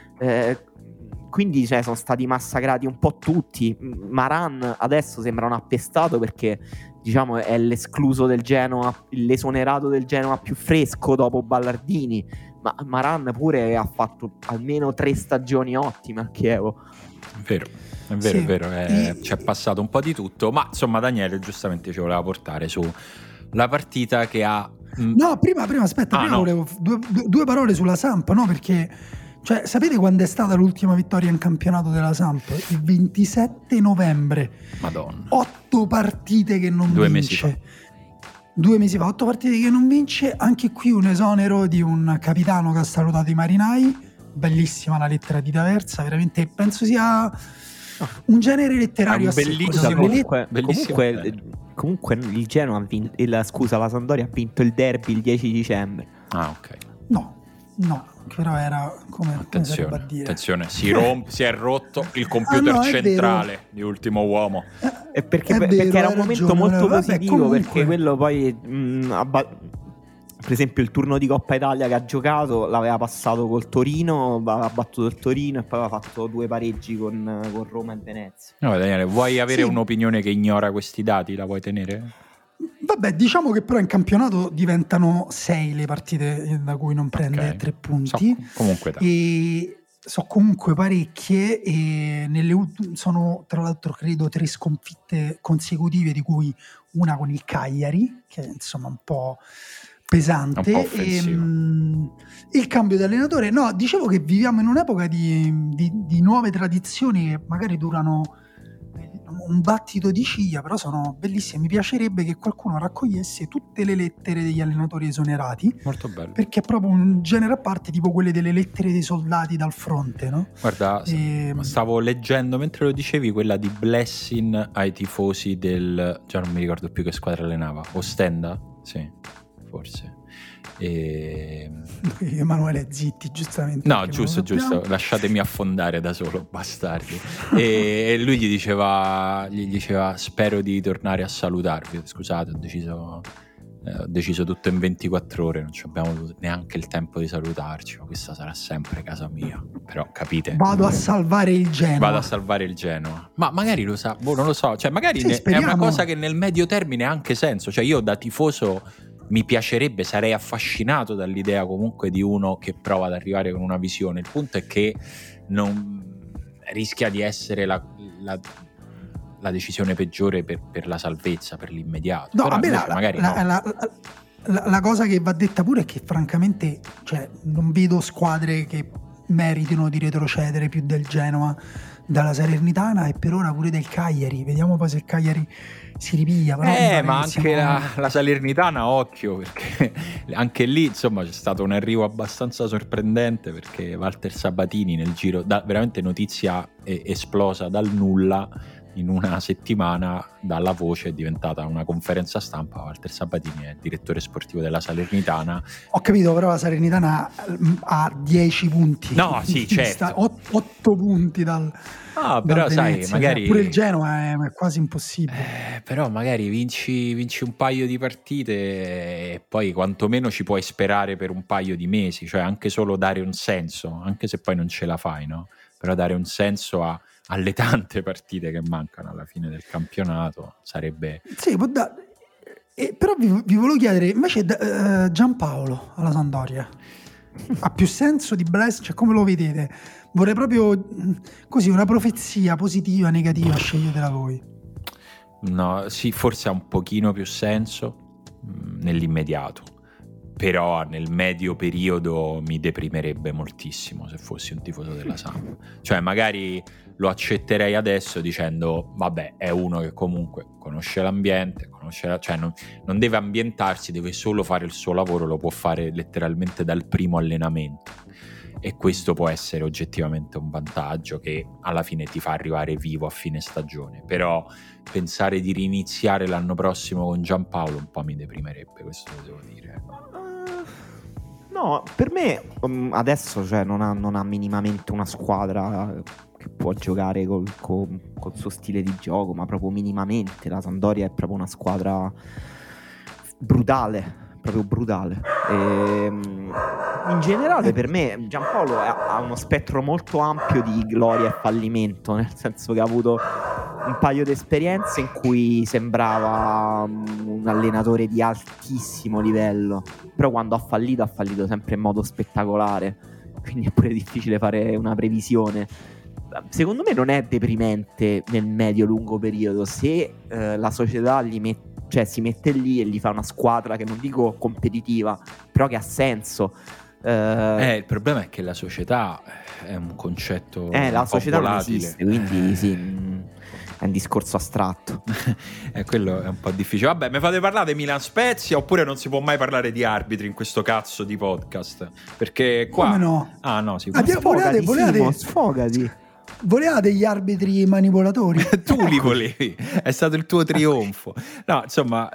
quindi sono stati massacrati un po' tutti. Maran adesso sembra un appestato perché è l'escluso del Genoa, l'esonerato del Genoa più fresco dopo Ballardini, ma Maran pure ha fatto almeno 3 stagioni ottime a Chievo. È vero, c'è passato un po' di tutto, ma insomma Daniele giustamente ci voleva portare su la partita che ha... No, prima aspetta, volevo due parole sulla Samp, no? Perché sapete quando è stata l'ultima vittoria in campionato della Samp? Il 27 novembre. Madonna. 8 partite che non vince. 2 mesi fa, 8 partite che non vince. Anche qui un esonero di un capitano che ha salutato i marinai. Bellissima la lettera di D'Aversa, veramente penso sia un genere letterario comunque il Genoa ha vinto la Sampdoria ha vinto il derby il 10 dicembre. Ok. No, però era come sarebbe a dire. Attenzione, si è rotto il computer centrale di Ultimo Uomo. Perché era un momento molto positivo, perché quello poi per esempio il turno di Coppa Italia che ha giocato l'aveva passato col Torino, aveva battuto il Torino e poi aveva fatto 2 pareggi con Roma e Venezia. No, Daniele, vuoi avere un'opinione che ignora questi dati? La vuoi tenere? Vabbè, diciamo che però in campionato diventano 6 le partite da cui non prende 3 punti. Sono comunque parecchie e sono tra l'altro credo 3 sconfitte consecutive, di cui una con il Cagliari, che è insomma un po' pesante. Un po' il cambio di allenatore, no, dicevo che viviamo in un'epoca di nuove tradizioni che magari durano un battito di ciglia, però sono bellissime. Mi piacerebbe che qualcuno raccogliesse tutte le lettere degli allenatori esonerati. Molto bello, perché è proprio un genere a parte, tipo quelle delle lettere dei soldati dal fronte, no? Guarda, stavo leggendo mentre lo dicevi quella di Blessing ai tifosi già non mi ricordo più che squadra allenava, Ostenda? Sì, forse. Emanuele zitti, giustamente. No, giusto, lasciatemi affondare da solo, bastardi. E lui gli diceva spero di tornare a salutarvi. Scusate, ho deciso tutto in 24 ore, non abbiamo avuto neanche il tempo di salutarci, ma questa sarà sempre casa mia. Però capite, vado a salvare il Genoa. Ma magari lo sa, non lo so, magari è una cosa che nel medio termine ha anche senso. Io da tifoso mi piacerebbe, sarei affascinato dall'idea comunque di uno che prova ad arrivare con una visione. Il punto è che non rischia di essere la decisione peggiore per la salvezza, per l'immediato. No, vabbè, la cosa che va detta pure è che francamente non vedo squadre che meritino di retrocedere più del Genoa dalla Salernitana e per ora pure del Cagliari. Vediamo poi se il Cagliari si ripiglia. Però ma anche la Salernitana, occhio, perché anche lì insomma c'è stato un arrivo abbastanza sorprendente, perché Walter Sabatini nel giro, veramente notizia esplosa dal nulla, in una settimana dalla voce è diventata una conferenza stampa. Walter Sabatini è direttore sportivo della Salernitana. Ho capito, però la Salernitana ha 10 punti. No, sì, certo. 8 punti dal però Venezia, sai, magari pure il Genoa è quasi impossibile. Però magari vinci un paio di partite e poi quantomeno ci puoi sperare per un paio di mesi, cioè anche solo dare un senso, anche se poi non ce la fai, no? Però dare un senso alle tante partite che mancano alla fine del campionato sarebbe... Sì, però vi volevo chiedere, invece Giampaolo alla Sampdoria ha più senso di Blaise? Cioè, come lo vedete? Vorrei proprio così una profezia positiva, negativa, sceglietela voi. No, sì, forse ha un pochino più senso nell'immediato, però nel medio periodo mi deprimerebbe moltissimo se fossi un tifoso della Samp. Cioè magari lo accetterei adesso dicendo vabbè, è uno che comunque conosce l'ambiente, cioè non deve ambientarsi, deve solo fare il suo lavoro, lo può fare letteralmente dal primo allenamento, e questo può essere oggettivamente un vantaggio che alla fine ti fa arrivare vivo a fine stagione. Però pensare di riniziare l'anno prossimo con Giampaolo un po' mi deprimerebbe, questo lo devo dire. No, per me adesso non ha minimamente una squadra che può giocare col suo stile di gioco, ma proprio minimamente. La Sampdoria è proprio una squadra brutale, proprio brutale. In generale per me Giampaolo ha uno spettro molto ampio di gloria e fallimento, nel senso che ha avuto un paio di esperienze in cui sembrava un allenatore di altissimo livello, però quando ha fallito sempre in modo spettacolare, quindi è pure difficile fare una previsione. Secondo me non è deprimente nel medio-lungo periodo se la società si mette lì e gli fa una squadra che non dico competitiva, però che ha senso. Il problema è che la società è un concetto la società non volatile. esiste, quindi sì, è un discorso astratto. Quello è un po' difficile. Vabbè, mi fate parlare di Milan Spezia oppure non si può mai parlare di arbitri in questo cazzo di podcast? Perché qua... Come no? Ah no, si può. Sfogati. Voleva degli arbitri manipolatori? Tu li volevi, è stato il tuo trionfo. No, insomma,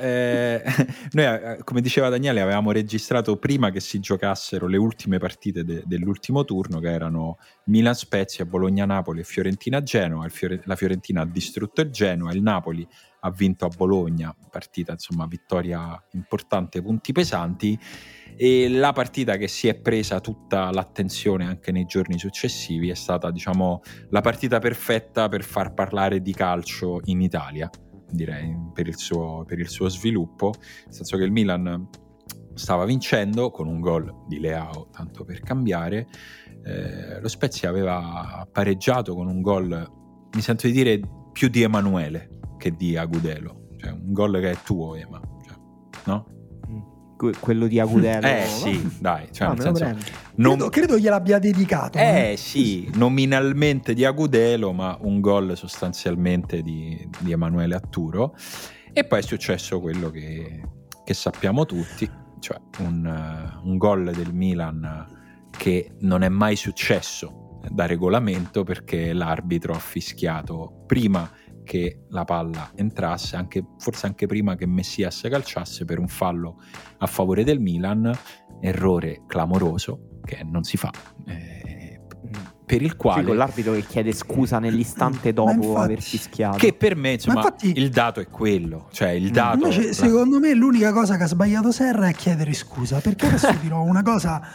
noi, come diceva Daniele, avevamo registrato prima che si giocassero le ultime partite dell'ultimo turno, che erano Milan-Spezia, Bologna-Napoli e Fiorentina-Genoa. La Fiorentina ha distrutto il Genoa, il Napoli ha vinto a Bologna, partita, insomma, vittoria importante, punti pesanti. E la partita che si è presa tutta l'attenzione anche nei giorni successivi è stata, diciamo, la partita perfetta per far parlare di calcio in Italia, direi, per il suo sviluppo, nel senso che il Milan stava vincendo con un gol di Leao, tanto per cambiare. Lo Spezia aveva pareggiato con un gol, mi sento di dire, più di Emanuele che di Agudelo, cioè un gol che è tuo, Ema, cioè, no? Quello di Agudelo. Sì, dai, cioè, nel senso, credo gliel'abbia dedicato. Sì, nominalmente di Agudelo, ma un gol sostanzialmente di Emanuele Atturo. E poi è successo quello che sappiamo tutti, cioè un gol del Milan che non è mai successo da regolamento, perché l'arbitro ha fischiato prima che la palla entrasse, forse anche prima che Messias calciasse, per un fallo a favore del Milan, errore clamoroso che non si fa, per il quale con l'arbitro che chiede scusa nell'istante dopo aver fischiato, che per me, insomma, infatti, il dato è quello, cioè il dato. Invece secondo me l'unica cosa che ha sbagliato Serra è chiedere scusa, perché adesso dirò una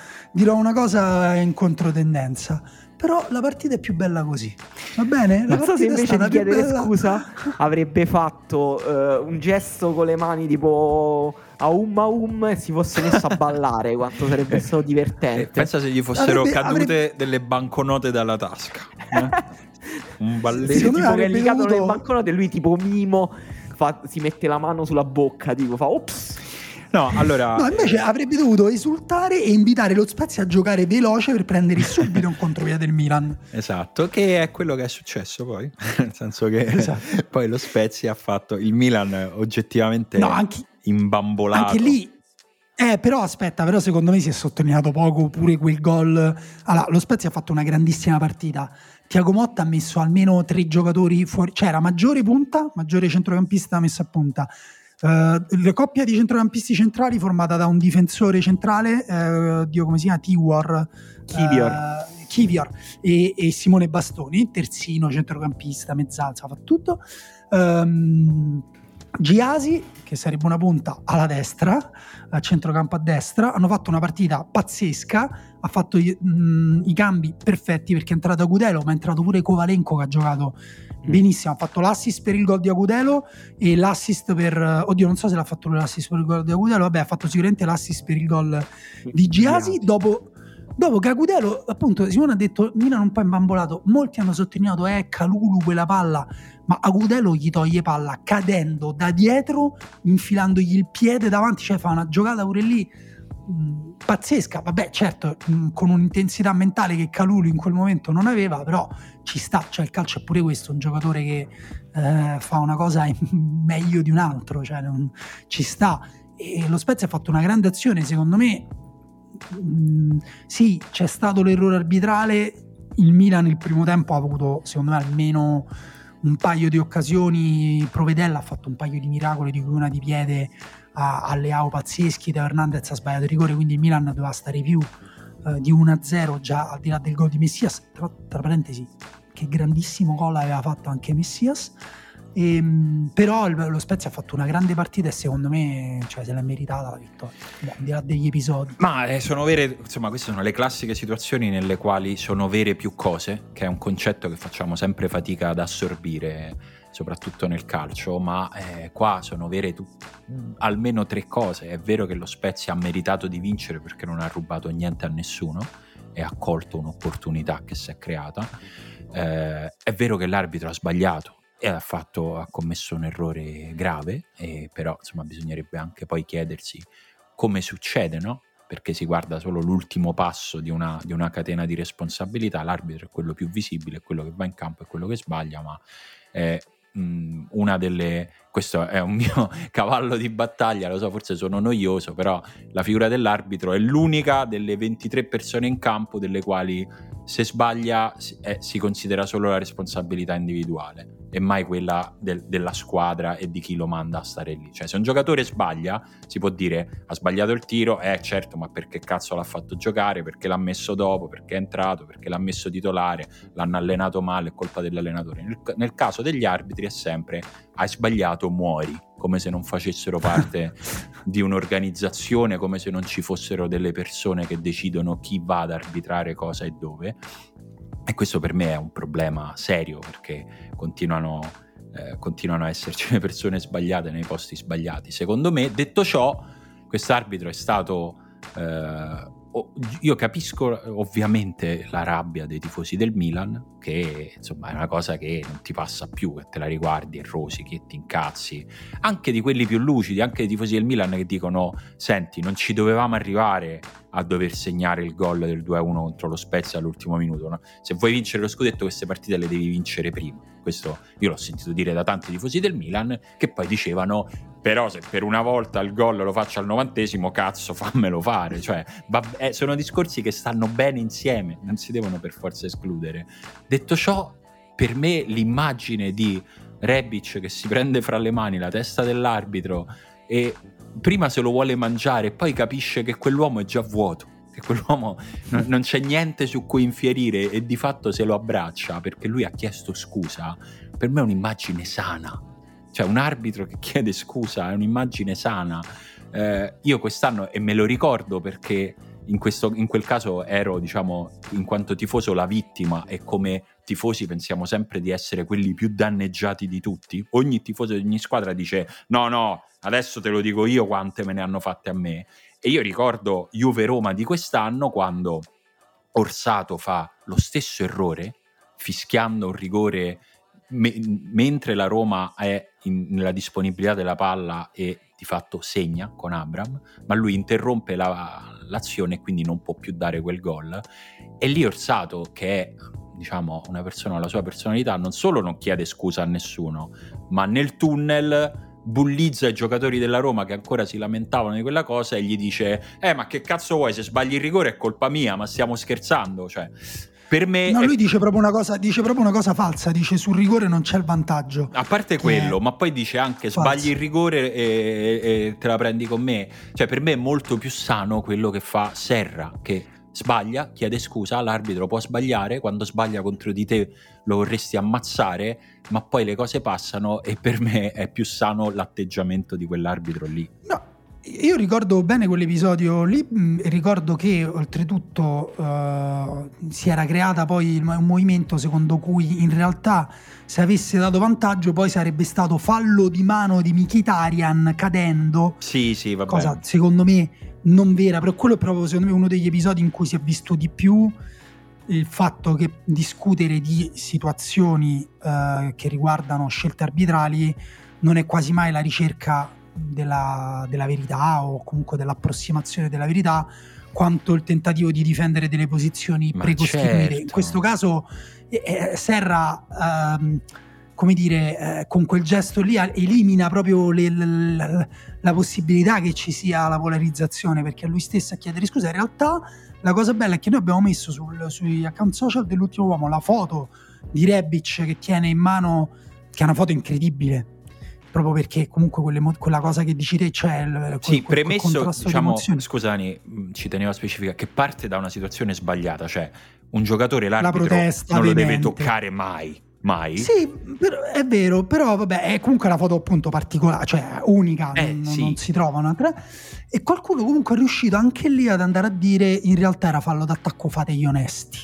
cosa in controtendenza, però la partita è più bella così, va bene? Non so se invece di chiedere scusa avrebbe fatto un gesto con le mani tipo aum e si fosse messo a ballare, quanto sarebbe stato divertente. Pensa se gli fossero cadute delle banconote dalla tasca, un balletto tipo che è legato nelle banconote e lui tipo mimo si mette la mano sulla bocca, tipo fa ops. No, invece avrebbe dovuto esultare e invitare lo Spezia a giocare veloce per prendere subito un controvia del Milan. Esatto, che è quello che è successo poi, nel senso che poi lo Spezia ha fatto il Milan oggettivamente imbambolato. Anche lì, però secondo me si è sottolineato poco pure quel gol. Allora, lo Spezia ha fatto una grandissima partita, Thiago Motta ha messo almeno 3 giocatori fuori, cioè era maggiore centrocampista messo a punta. La coppia di centrocampisti centrali formata da un difensore centrale, come si chiama? Kivior e Simone Bastoni, terzino, centrocampista, mezzalza, fa tutto. Giasi, che sarebbe una punta alla destra, a centrocampo a destra, hanno fatto una partita pazzesca, ha fatto i cambi perfetti, perché è entrato Agudelo, ma è entrato pure Kovalenko, che ha giocato benissimo, ha fatto l'assist per il gol di Agudelo e l'assist per non so se l'ha fatto lui l'assist per il gol di Agudelo, vabbè, ha fatto sicuramente l'assist per il gol di Giasi. Dopo che Agudelo, appunto, Simone ha detto Milan un po' imbambolato, molti hanno sottolineato Kalulu quella palla, ma Agudelo gli toglie palla cadendo da dietro, infilandogli il piede davanti, cioè fa una giocata pure lì pazzesca, vabbè, certo, con un'intensità mentale che Kalulu in quel momento non aveva, però ci sta, cioè il calcio è pure questo, un giocatore che fa una cosa meglio di un altro, cioè ci sta. E lo Spezia ha fatto una grande azione, secondo me. Sì, c'è stato l'errore arbitrale, il Milan il primo tempo ha avuto secondo me almeno un paio di occasioni, Provedella ha fatto un paio di miracoli, di cui una di piede a Leao pazzeschi, Teo Hernandez ha sbagliato il rigore, quindi il Milan doveva stare più di 1-0 già al di là del gol di Messias, tra parentesi che grandissimo gol aveva fatto anche Messias. Però lo Spezia ha fatto una grande partita e secondo me, cioè, se l'è meritata la vittoria, al di là degli episodi. Ma sono vere, insomma, queste sono le classiche situazioni nelle quali sono vere più cose, che è un concetto che facciamo sempre fatica ad assorbire, soprattutto nel calcio, ma qua sono vere almeno 3 cose. È vero che lo Spezia ha meritato di vincere perché non ha rubato niente a nessuno e ha colto un'opportunità che si è creata. È vero che l'arbitro ha sbagliato e ha commesso un errore grave, però insomma bisognerebbe anche poi chiedersi come succede, no? Perché si guarda solo l'ultimo passo di una catena di responsabilità, l'arbitro è quello più visibile, è quello che va in campo, è quello che sbaglia, ma questo è un mio cavallo di battaglia, lo so, forse sono noioso, però la figura dell'arbitro è l'unica delle 23 persone in campo delle quali se sbaglia si considera solo la responsabilità individuale e mai quella della squadra e di chi lo manda a stare lì. Cioè, se un giocatore sbaglia si può dire ha sbagliato il tiro, certo, ma perché cazzo l'ha fatto giocare, perché l'ha messo dopo, perché è entrato, perché l'ha messo titolare, l'hanno allenato male, è colpa dell'allenatore. Nel caso degli arbitri è sempre hai sbagliato, muori, come se non facessero parte di un'organizzazione, come se non ci fossero delle persone che decidono chi va ad arbitrare cosa e dove. E questo per me è un problema serio, perché continuano a esserci le persone sbagliate nei posti sbagliati. Secondo me, detto ciò, quest'arbitro è stato io capisco ovviamente la rabbia dei tifosi del Milan, che insomma è una cosa che non ti passa più, che te la riguardi e rosichi e ti incazzi, anche di quelli più lucidi, anche dei tifosi del Milan che dicono senti, non ci dovevamo arrivare a dover segnare il gol del 2-1 contro lo Spezia all'ultimo minuto, no? Se vuoi vincere lo scudetto queste partite le devi vincere prima. Questo io l'ho sentito dire da tanti tifosi del Milan, che poi dicevano però se per una volta il gol lo faccio al 90°, cazzo, fammelo fare. Cioè, sono discorsi che stanno bene insieme, non si devono per forza escludere. Detto ciò, per me l'immagine di Rebic che si prende fra le mani la testa dell'arbitro e prima se lo vuole mangiare e poi capisce che quell'uomo è già vuoto, che quell'uomo non c'è niente su cui infierire e di fatto se lo abbraccia perché lui ha chiesto scusa, per me è un'immagine sana. Cioè, un arbitro che chiede scusa è un'immagine sana. Io quest'anno, e me lo ricordo perché in quel caso ero, diciamo, in quanto tifoso la vittima, e come tifosi pensiamo sempre di essere quelli più danneggiati di tutti. Ogni tifoso di ogni squadra dice no, adesso te lo dico io quante me ne hanno fatte a me. E io ricordo Juve-Roma di quest'anno, quando Orsato fa lo stesso errore fischiando un rigore mentre la Roma è nella disponibilità della palla e di fatto segna con Abraham, ma lui interrompe l'azione e quindi non può più dare quel gol. E lì Orsato, che è, diciamo, una persona con la sua personalità, non solo non chiede scusa a nessuno, ma nel tunnel bullizza i giocatori della Roma che ancora si lamentavano di quella cosa e gli dice ma che cazzo vuoi, se sbagli il rigore è colpa mia, ma stiamo scherzando? Cioè, Per me lui dice proprio una cosa falsa, dice sul rigore non c'è il vantaggio. A parte quello, ma poi dice anche sbagli il rigore e te la prendi con me. Cioè, per me è molto più sano quello che fa Serra, che sbaglia, chiede scusa, l'arbitro può sbagliare, quando sbaglia contro di te lo vorresti ammazzare, ma poi le cose passano, e per me è più sano l'atteggiamento di quell'arbitro lì. No, io ricordo bene quell'episodio lì, ricordo che oltretutto si era creata poi un movimento secondo cui in realtà se avesse dato vantaggio poi sarebbe stato fallo di mano di Mkhitaryan cadendo. Sì, vabbè. Cosa secondo me non vera, però quello è proprio secondo me uno degli episodi in cui si è visto di più il fatto che discutere di situazioni che riguardano scelte arbitrali non è quasi mai la ricerca della verità o comunque dell'approssimazione della verità, quanto il tentativo di difendere delle posizioni precostituite. Certo. In questo caso Serra come dire, con quel gesto lì elimina proprio la possibilità che ci sia la polarizzazione, perché è lui stesso a chiedere scusa. In realtà la cosa bella è che noi abbiamo messo sui account social dell'Ultimo Uomo la foto di Rebic che tiene in mano, che è una foto incredibile, proprio perché comunque quella cosa che dici te, cioè premesso, diciamo, scusami, ci tenevo a specificare che parte da una situazione sbagliata, cioè un giocatore l'arbitro non lo deve toccare mai. Sì, è vero, però vabbè, è comunque una foto appunto particolare, cioè unica, non si trova un'altra, e qualcuno comunque è riuscito anche lì ad andare a dire in realtà era fallo d'attacco, fate gli onesti.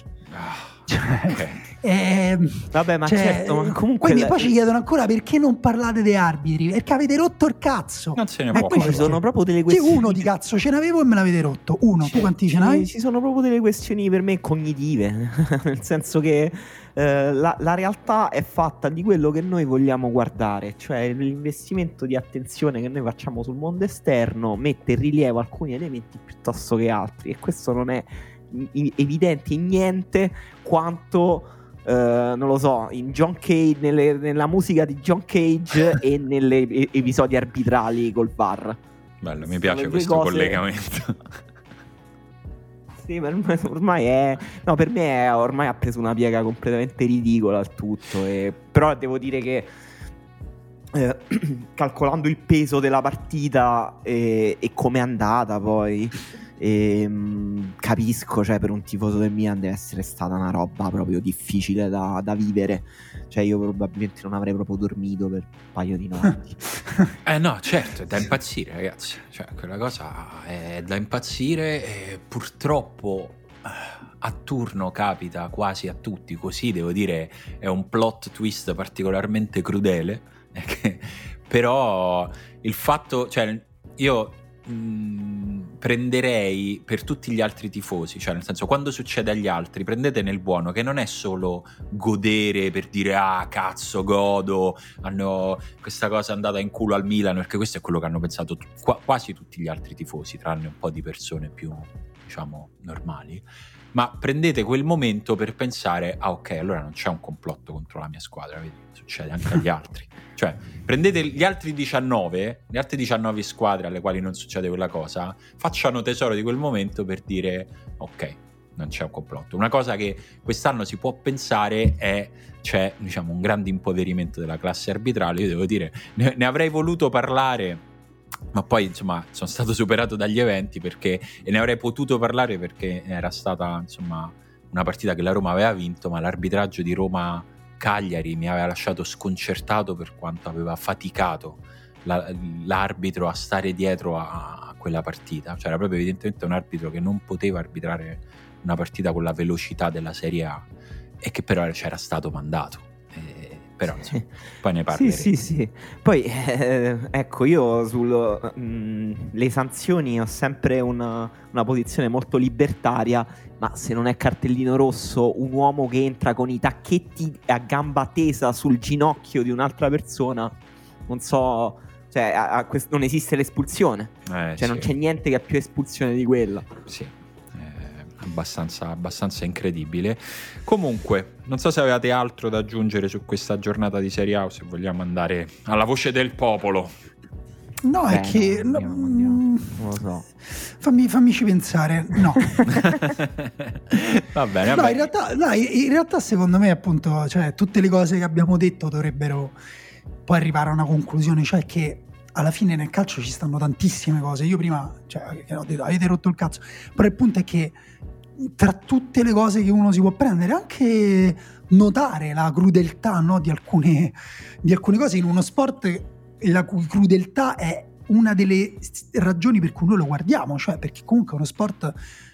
Vabbè, ma certo, ma comunque quindi poi ci chiedono ancora perché non parlate dei arbitri, perché avete rotto il cazzo. Non se ne può. Poi ci sono proprio delle questioni. Sì, uno di cazzo ce n'avevo e me l'avete rotto. Uno, tu quanti ce n'hai? Ci sono proprio delle questioni per me cognitive, nel senso che la realtà è fatta di quello che noi vogliamo guardare, cioè l'investimento di attenzione che noi facciamo sul mondo esterno mette in rilievo alcuni elementi piuttosto che altri, e questo non è evidente in niente quanto non lo so, in John Cage, nella musica di John Cage e nelle episodi arbitrali col VAR. Bello, mi piace questo collegamento. Sì, ma ormai è, no, per me ormai ha preso una piega completamente ridicola il tutto, però devo dire che calcolando il peso della partita e come è andata poi, capisco, cioè per un tifoso del Milan deve essere stata una roba proprio difficile da vivere, cioè io probabilmente non avrei proprio dormito per un paio di notti. No, certo, è da impazzire, ragazzi, cioè quella cosa è da impazzire, e purtroppo a turno capita quasi a tutti, così devo dire è un plot twist particolarmente crudele, però il fatto, cioè io prenderei per tutti gli altri tifosi, cioè nel senso, quando succede agli altri prendete nel buono che non è solo godere per dire cazzo godo, questa cosa è andata in culo al Milan, perché questo è quello che hanno pensato quasi tutti gli altri tifosi, tranne un po' di persone più, diciamo, normali. Ma prendete quel momento per pensare ok, allora non c'è un complotto contro la mia squadra, vedi, succede anche agli altri. Cioè, prendete gli altri 19 squadre alle quali non succede quella cosa, facciano tesoro di quel momento per dire ok, non c'è un complotto. Una cosa che quest'anno si può pensare c'è, diciamo, un grande impoverimento della classe arbitrale. Io devo dire, ne avrei voluto parlare, ma poi insomma sono stato superato dagli eventi, e ne avrei potuto parlare perché era stata insomma una partita che la Roma aveva vinto, ma l'arbitraggio di Roma-Cagliari mi aveva lasciato sconcertato per quanto aveva faticato l'arbitro a stare dietro a quella partita. Cioè era proprio evidentemente un arbitro che non poteva arbitrare una partita con la velocità della Serie A, e che però c'era stato mandato. Però insomma, poi ne parleremo. Sì. Poi ecco, io sulle sanzioni ho sempre una posizione molto libertaria, ma se non è cartellino rosso un uomo che entra con i tacchetti a gamba tesa sul ginocchio di un'altra persona, non so, cioè non esiste l'espulsione, cioè sì. Non c'è niente che ha più espulsione di quella. Sì. Abbastanza incredibile. Comunque, non so se avevate altro da aggiungere su questa giornata di Serie A o se vogliamo andare alla voce del popolo. No, è che Non lo so. Fammici pensare. No. Va bene. No, in realtà secondo me appunto, cioè, tutte le cose che abbiamo detto dovrebbero poi arrivare a una conclusione, cioè che alla fine nel calcio ci stanno tantissime cose. Io prima, cioè, ho detto avete rotto il cazzo, però il punto è che tra tutte le cose che uno si può prendere, anche notare la crudeltà, no, di alcune cose in uno sport, la cui crudeltà è una delle ragioni per cui noi lo guardiamo, cioè perché comunque è uno sport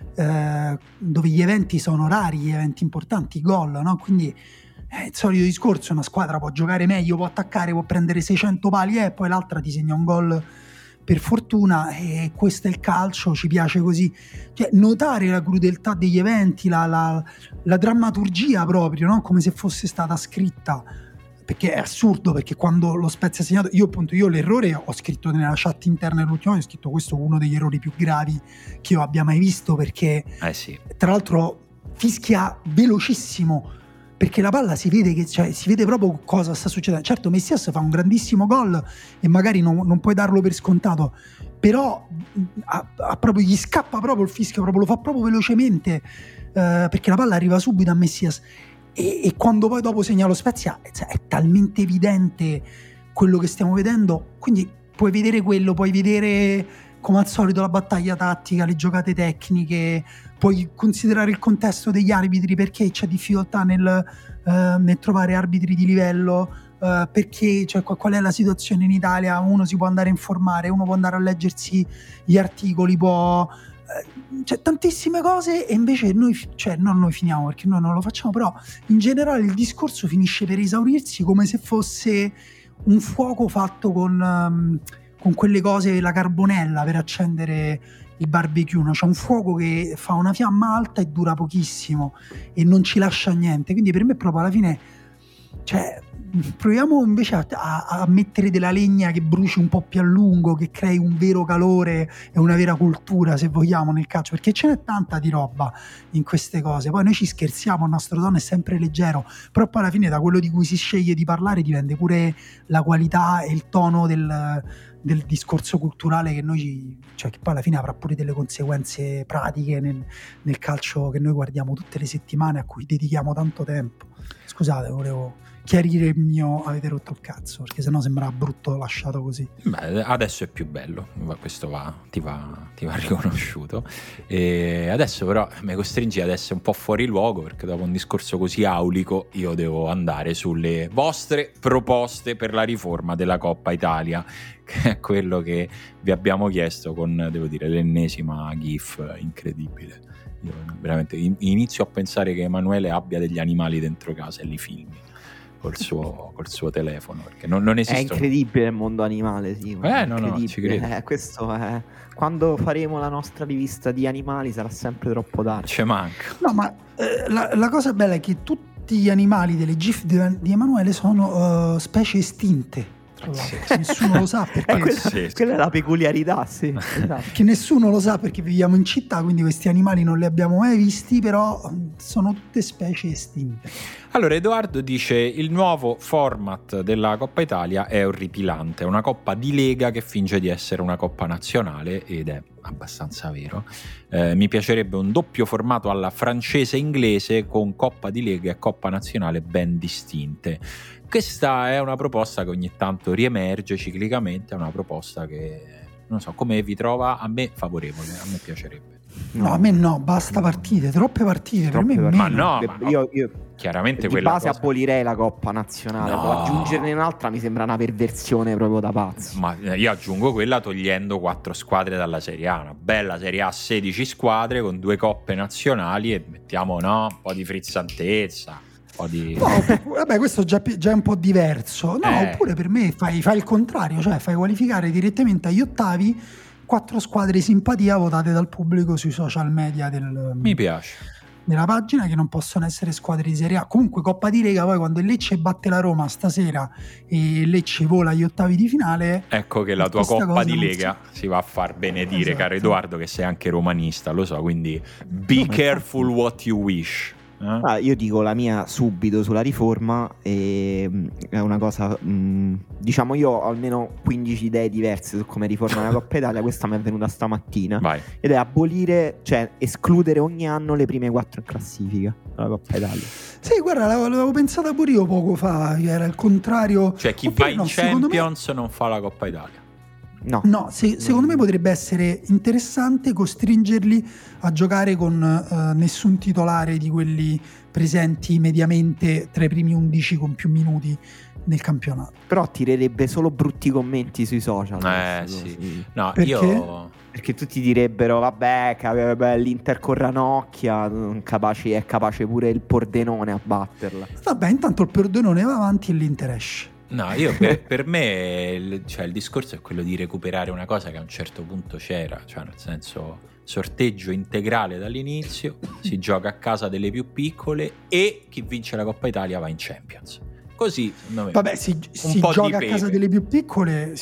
dove gli eventi sono rari, gli eventi importanti, i gol, no? Quindi è il solito discorso, una squadra può giocare meglio, può attaccare, può prendere 600 pali e poi l'altra ti segna un gol per fortuna, e questo è il calcio, ci piace così. Cioè, notare la crudeltà degli eventi, la drammaturgia proprio, no? Come se fosse stata scritta, perché è assurdo, perché quando lo Spezia ha segnato, io l'errore ho scritto nella chat interna dell'ultimo, ho scritto questo è uno degli errori più gravi che io abbia mai visto, perché sì. Tra l'altro fischia velocissimo, perché la palla si vede che, cioè, si vede proprio cosa sta succedendo. Certo, Messias fa un grandissimo gol e magari non puoi darlo per scontato, però proprio gli scappa proprio il fischio, proprio lo fa proprio velocemente, perché la palla arriva subito a Messias, e quando poi dopo segna lo Spezia è talmente evidente quello che stiamo vedendo, quindi puoi vedere quello, puoi vedere come al solito la battaglia tattica, le giocate tecniche, puoi considerare il contesto degli arbitri, perché c'è difficoltà nel trovare arbitri di livello, perché, cioè, qual è la situazione in Italia, uno si può andare a informare, uno può andare a leggersi gli articoli, c'è tantissime cose, e invece noi, cioè non noi finiamo, perché noi non lo facciamo, però in generale il discorso finisce per esaurirsi come se fosse un fuoco fatto con quelle cose, la carbonella per accendere il barbecue, no? C'è un fuoco che fa una fiamma alta e dura pochissimo e non ci lascia niente, quindi per me proprio alla fine, cioè, proviamo invece a mettere della legna che bruci un po' più a lungo, che crei un vero calore e una vera cultura, se vogliamo, nel calcio, perché ce n'è tanta di roba in queste cose. Poi noi ci scherziamo, il nostro tono è sempre leggero, però poi alla fine da quello di cui si sceglie di parlare dipende pure la qualità e il tono del discorso culturale che noi, cioè, che poi alla fine avrà pure delle conseguenze pratiche nel calcio che noi guardiamo tutte le settimane, a cui dedichiamo tanto tempo. Scusate, volevo chiarire il mio avete rotto il cazzo, perché sennò sembrava brutto lasciato così. Beh, adesso è più bello, questo ti va riconosciuto. E adesso però mi costringi ad essere un po' fuori luogo, perché dopo un discorso così aulico io devo andare sulle vostre proposte per la riforma della Coppa Italia, che è quello che vi abbiamo chiesto con, devo dire, l'ennesima gif incredibile. Io veramente inizio a pensare che Emanuele abbia degli animali dentro casa e li filmi col suo telefono, perché non esistono. È incredibile il mondo animale, sì. No, ci credo. Questo è, quando faremo la nostra rivista di animali sarà sempre troppo tardi. Ci manca. No, ma la cosa bella è che tutti gli animali delle GIF di Emanuele sono specie estinte. Sì. Nessuno lo sa, perché quella è la peculiarità, sì. Esatto. Che nessuno lo sa, perché viviamo in città, quindi questi animali non li abbiamo mai visti, però sono tutte specie estinte. Allora Edoardo dice: il nuovo format della Coppa Italia è orripilante, è una coppa di lega che finge di essere una coppa nazionale, ed è abbastanza vero. Mi piacerebbe un doppio formato alla francese-inglese, con coppa di lega e coppa nazionale ben distinte. Questa è una proposta che ogni tanto riemerge ciclicamente, è una proposta che, non so, come vi trova? A me favorevole, a me piacerebbe. No, a me no, basta partite, troppe partite, per me meno. Ma no, io chiaramente di base abolirei la Coppa Nazionale, no. Aggiungerne un'altra mi sembra una perversione proprio da pazzo. Ma io aggiungo quella togliendo 4 squadre dalla Serie A, una bella Serie A, 16 squadre con 2 coppe nazionali, e mettiamo un po' di frizzantezza. No, vabbè, questo già è un po' diverso. No, oppure per me fai il contrario, cioè fai qualificare direttamente agli ottavi 4 squadre di simpatia votate dal pubblico sui social media mi piace, della pagina, che non possono essere squadre di Serie A. Comunque Coppa di Lega, poi quando il Lecce batte la Roma stasera e Lecce vola agli ottavi di finale, ecco che la tua Coppa di Lega si va a far benedire, esatto. Caro Edoardo, che sei anche romanista, lo so, quindi be careful what you wish. Io dico la mia subito sulla riforma, è una cosa, diciamo, io ho almeno 15 idee diverse su come riformare la Coppa Italia. Questa mi è venuta stamattina. Vai. Ed è abolire, cioè escludere ogni anno le prime 4 in classifica dalla Coppa Italia. Sì, guarda, l'avevo pensata pure io poco fa, che era il contrario. Cioè chi va in Champions non fa la Coppa Italia. No, secondo me potrebbe essere interessante costringerli a giocare con nessun titolare di quelli presenti mediamente tra i primi 11 con più minuti nel campionato. Però tirerebbe solo brutti commenti sui social. Sì. No, perché? Perché tutti direbbero vabbè, l'Inter con Ranocchia è capace pure il Pordenone a batterla. Vabbè, intanto il Pordenone va avanti e l'Inter esce. No, io per me il discorso è quello di recuperare una cosa che a un certo punto c'era, cioè nel senso sorteggio integrale dall'inizio, si gioca a casa delle più piccole e chi vince la Coppa Italia va in Champions. Così, vabbè, si gioca a casa delle più piccole,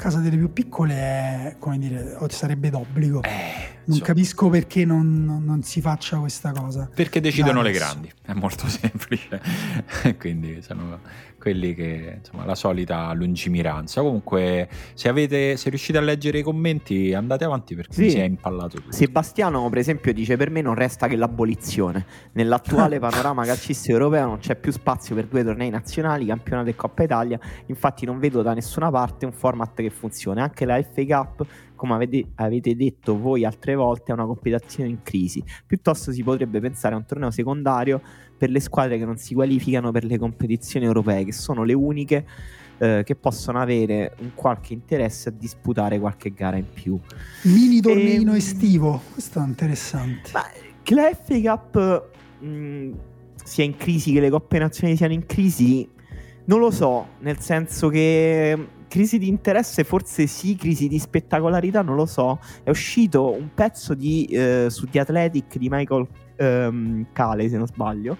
come dire, sarebbe d'obbligo. Non capisco perché non si faccia questa cosa. Perché decidono le grandi, è molto semplice. Quindi sono quelli che, insomma, la solita lungimiranza. Comunque, se riuscite a leggere i commenti, andate avanti perché mi si è impallato tutto. Sebastiano, per esempio, dice: per me non resta che l'abolizione. Nell'attuale panorama calcistico europeo non c'è più spazio per 2 tornei nazionali, campionato e Coppa Italia. Infatti non vedo da nessuna parte un format che funzioni. Anche la FA Cup, come avete detto voi altre volte, è una competizione in crisi. Piuttosto si potrebbe pensare a un torneo secondario per le squadre che non si qualificano per le competizioni europee, che sono le uniche che possono avere un qualche interesse a disputare qualche gara in più. Mini torneino estivo, questo è interessante. Ma che la FA Cup sia in crisi, che le Coppe Nazionali siano in crisi, non lo so, nel senso che crisi di interesse forse sì, crisi di spettacolarità non lo so. È uscito un pezzo su The Athletic di Michael Cale, se non sbaglio,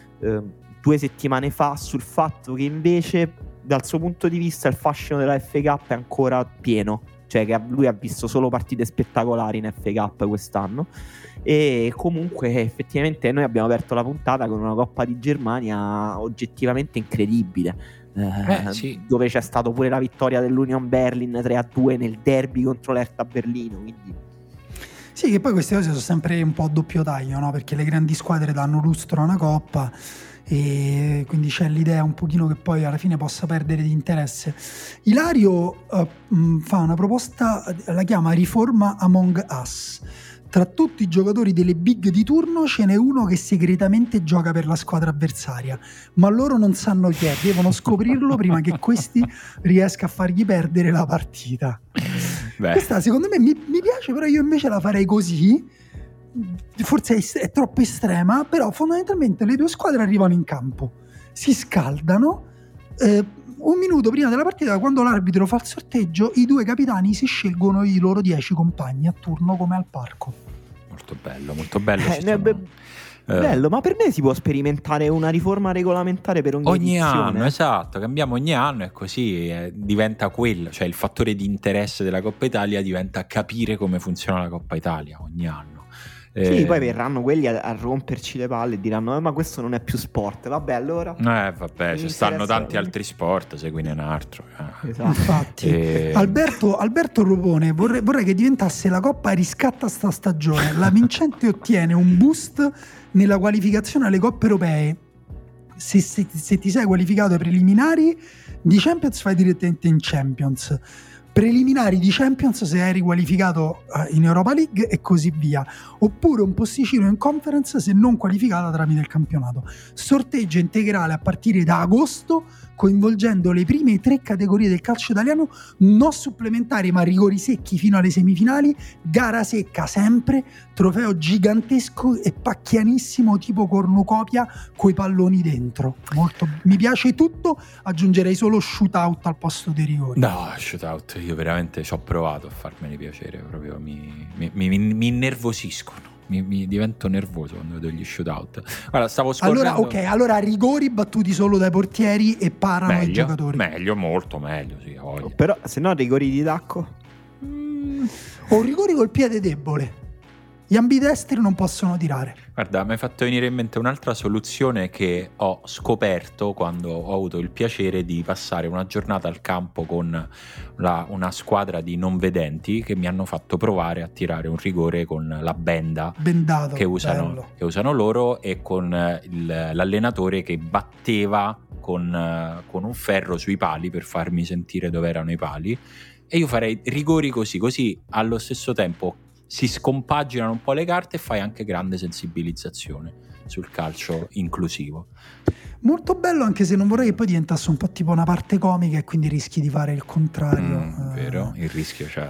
2 settimane fa, sul fatto che invece dal suo punto di vista il fascino della FA Cup è ancora pieno, cioè che lui ha visto solo partite spettacolari in FA Cup quest'anno. E comunque effettivamente noi abbiamo aperto la puntata con una Coppa di Germania oggettivamente incredibile, sì, dove c'è stato pure la vittoria dell'Union Berlin 3-2 nel derby contro l'Hertha Berlino, quindi sì, che poi queste cose sono sempre un po' a doppio taglio, no? Perché le grandi squadre danno lustro a una coppa e quindi c'è l'idea un pochino che poi alla fine possa perdere di interesse. Ilario fa una proposta, la chiama riforma Among Us. Tra tutti i giocatori delle big di turno ce n'è uno che segretamente gioca per la squadra avversaria, ma loro non sanno chi è, devono scoprirlo prima che questi riesca a fargli perdere la partita. Questa secondo me mi piace, però io invece la farei così. Forse è troppo estrema, però fondamentalmente le 2 squadre arrivano in campo, si scaldano, 1 minuto prima della partita, quando l'arbitro fa il sorteggio, i 2 capitani si scelgono i loro 10 compagni a turno, come al parco. Molto bello, molto bello. Bello, ma per me si può sperimentare una riforma regolamentare per ogni edizione. Anno, esatto, cambiamo ogni anno e così diventa quello, cioè il fattore di interesse della Coppa Italia diventa capire come funziona la Coppa Italia ogni anno. Sì, poi verranno quelli a romperci le palle e diranno ma questo non è più sport, vabbè allora vabbè, ci stanno tanti altri sport, seguine un altro. Esatto. Infatti Alberto propone, vorrei che diventasse la Coppa riscatta sta stagione, la vincente ottiene un boost nella qualificazione alle Coppe Europee. Se ti sei qualificato ai preliminari di Champions fai direttamente in Champions, preliminari di Champions se eri qualificato in Europa League e così via, oppure un posticino in Conference se non qualificata tramite il campionato. Sorteggio integrale a partire da agosto, coinvolgendo le prime 3 categorie del calcio italiano, non supplementari ma rigori secchi fino alle semifinali, gara secca sempre, trofeo gigantesco e pacchianissimo tipo cornucopia coi palloni dentro. Mi piace tutto, aggiungerei solo shootout al posto dei rigori. No, shootout io veramente ci ho provato a farmene piacere, proprio mi innervosiscono. Mi divento nervoso quando vedo gli shootout. Guarda, stavo scorrendo. Allora rigori battuti solo dai portieri e parano i giocatori. Meglio, molto meglio, sì, però se no rigori di tacco o rigori col piede debole. Gli ambidestri non possono tirare. Guarda, mi hai fatto venire in mente un'altra soluzione che ho scoperto quando ho avuto il piacere di passare una giornata al campo con una squadra di non vedenti che mi hanno fatto provare a tirare un rigore con la benda bendato, che usano loro, e con l'allenatore che batteva con un ferro sui pali per farmi sentire dove erano i pali. E io farei rigori così allo stesso tempo si scompaginano un po' le carte e fai anche grande sensibilizzazione sul calcio inclusivo. Molto bello, anche se non vorrei che poi diventasse un po' tipo una parte comica e quindi rischi di fare il contrario. Vero, il rischio c'è.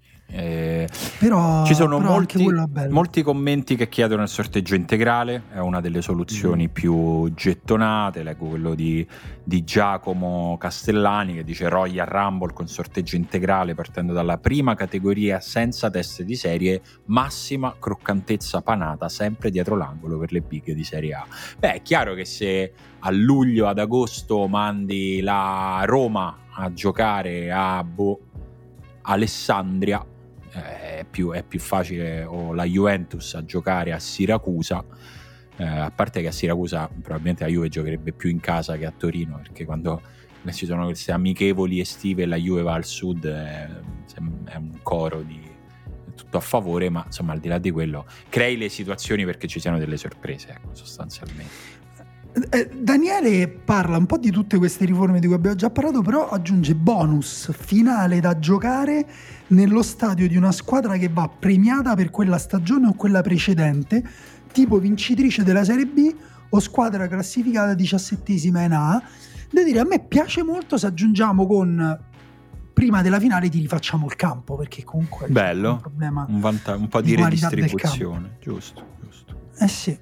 Però ci sono molti commenti che chiedono il sorteggio integrale, è una delle soluzioni più gettonate. Leggo quello di Giacomo Castellani che dice Royal Rumble con sorteggio integrale partendo dalla prima categoria senza teste di serie, massima croccantezza panata sempre dietro l'angolo per le big di Serie A. Beh, è chiaro che se a luglio, ad agosto mandi la Roma a giocare a Alessandria, è più facile, o la Juventus a giocare a Siracusa, a parte che a Siracusa probabilmente la Juve giocherebbe più in casa che a Torino, perché quando ci sono queste amichevoli estive e la Juve va al sud è un coro di tutto a favore, ma insomma al di là di quello crei le situazioni perché ci siano delle sorprese, ecco, sostanzialmente. Daniele parla un po' di tutte queste riforme di cui abbiamo già parlato, però aggiunge bonus finale da giocare nello stadio di una squadra che va premiata per quella stagione o quella precedente, tipo vincitrice della Serie B o squadra classificata 17esima in A. Devo dire, a me piace molto se aggiungiamo con prima della finale ti rifacciamo il campo, perché comunque bello, c'è un problema, un po' di redistribuzione, giusto. Sì.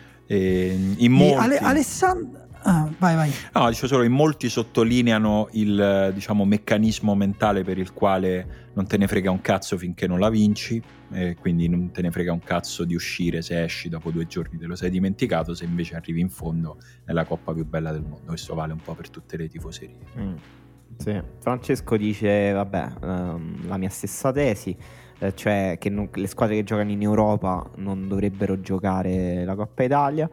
In molti... Alessandro, vai. No, dicevo solo, in molti sottolineano il, diciamo, meccanismo mentale per il quale non te ne frega un cazzo finché non la vinci, e quindi non te ne frega un cazzo di uscire se esci dopo 2 giorni, te lo sei dimenticato, se invece arrivi in fondo è la coppa più bella del mondo. Questo vale un po' per tutte le tifoserie. Sì. Francesco dice vabbè, la mia stessa tesi, cioè che le squadre che giocano in Europa non dovrebbero giocare la Coppa Italia.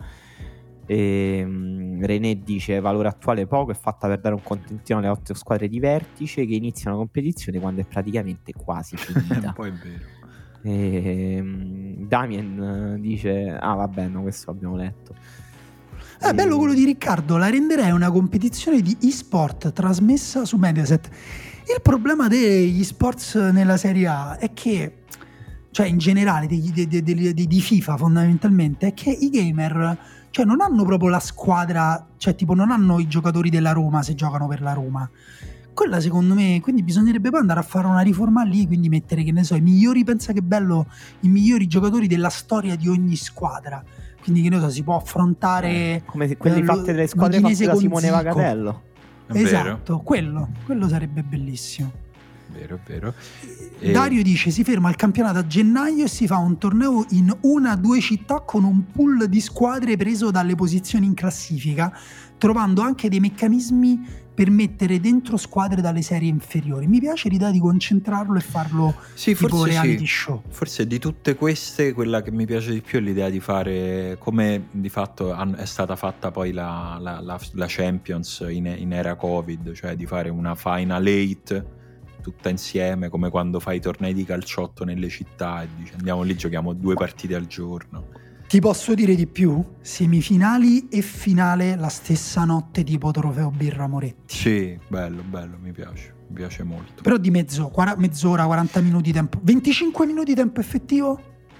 René dice valore attuale poco, è fatta per dare un contentino alle 8 squadre di vertice che iniziano la competizione quando è praticamente quasi finita. Poi è vero. Damien dice vabbè, no, questo abbiamo letto. È bello quello di Riccardo, la renderei una competizione di e-sport trasmessa su Mediaset. Il problema degli sports nella Serie A è che, cioè in generale di FIFA fondamentalmente, è che i gamer, cioè non hanno proprio la squadra, cioè tipo non hanno i giocatori della Roma se giocano per la Roma. Quella secondo me, quindi bisognerebbe poi andare a fare una riforma lì, quindi mettere, che ne so, i migliori, pensa che bello, i migliori giocatori della storia di ogni squadra. Quindi che ne so, si può affrontare come quelli fatti delle squadre fatte da Simone Vagatello. Esatto, quello sarebbe bellissimo. Vero. Dario dice si ferma il campionato a gennaio e si fa un torneo in 1-2 città con un pool di squadre preso dalle posizioni in classifica, trovando anche dei meccanismi per mettere dentro squadre dalle serie inferiori. Mi piace l'idea di concentrarlo e farlo tipo reality show. Forse di tutte queste quella che mi piace di più è l'idea di fare come di fatto è stata fatta poi la Champions in era Covid, cioè di fare una Final 8 tutta insieme, come quando fai i tornei di calciotto nelle città e dici andiamo lì, giochiamo 2 partite al giorno. Ti posso dire di più? Semifinali e finale la stessa notte, tipo trofeo Birra Moretti. Sì, bello, mi piace molto. Però di mezz'ora, 40 minuti tempo, 25 minuti tempo effettivo?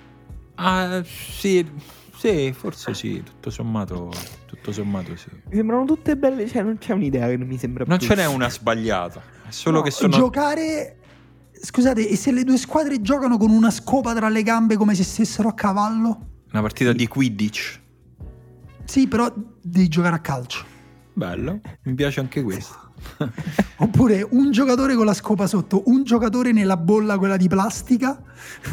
Sì, forse sì, tutto sommato sì. Mi sembrano tutte belle, cioè non c'è un'idea che non mi sembra non più. Ce n'è una sbagliata, è solo che sono... Giocare... Scusate, e se le 2 squadre giocano con una scopa tra le gambe come se stessero a cavallo? Una partita di Quidditch. Sì, però devi giocare a calcio. Bello, mi piace anche questo. Oppure un giocatore con la scopa sotto, un giocatore nella bolla quella di plastica.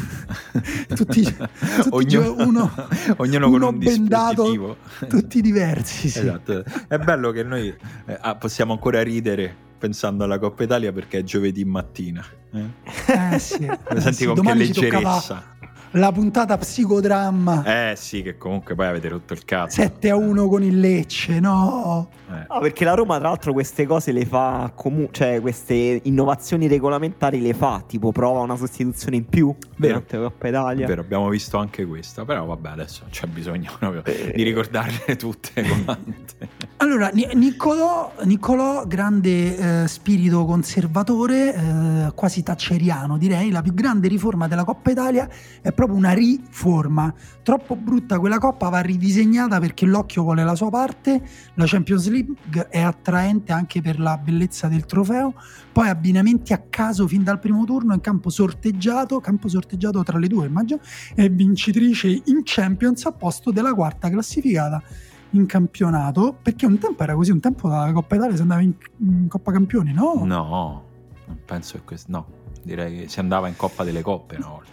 Ognuno con un bendato, dispositivo. Tutti diversi, sì. Esatto. È bello che noi possiamo ancora ridere pensando alla Coppa Italia perché è giovedì mattina. Sì. Senti con che leggerezza. la puntata psicodramma. Sì, che comunque poi avete rotto il cazzo. 7-1 con il Lecce, no? No, perché la Roma tra l'altro queste cose le fa cioè queste innovazioni regolamentari le fa, tipo prova una sostituzione in più durante la Coppa Italia. Vero, abbiamo visto anche questa, però vabbè, adesso c'è bisogno proprio di ricordarle tutte quante. Allora, Niccolò, grande spirito conservatore, quasi thatcheriano direi. La più grande riforma della Coppa Italia è proprio una riforma. Troppo brutta quella Coppa, va ridisegnata perché l'occhio vuole la sua parte. La Champions League è attraente anche per la bellezza del trofeo. Poi abbinamenti a caso fin dal primo turno in campo sorteggiato tra le due, immagino, e vincitrice in Champions a posto della quarta classificata in campionato, perché un tempo era così, un tempo la Coppa Italia si andava in Coppa Campioni, no? No, non penso che questo, no, direi che si andava in Coppa delle Coppe una volta.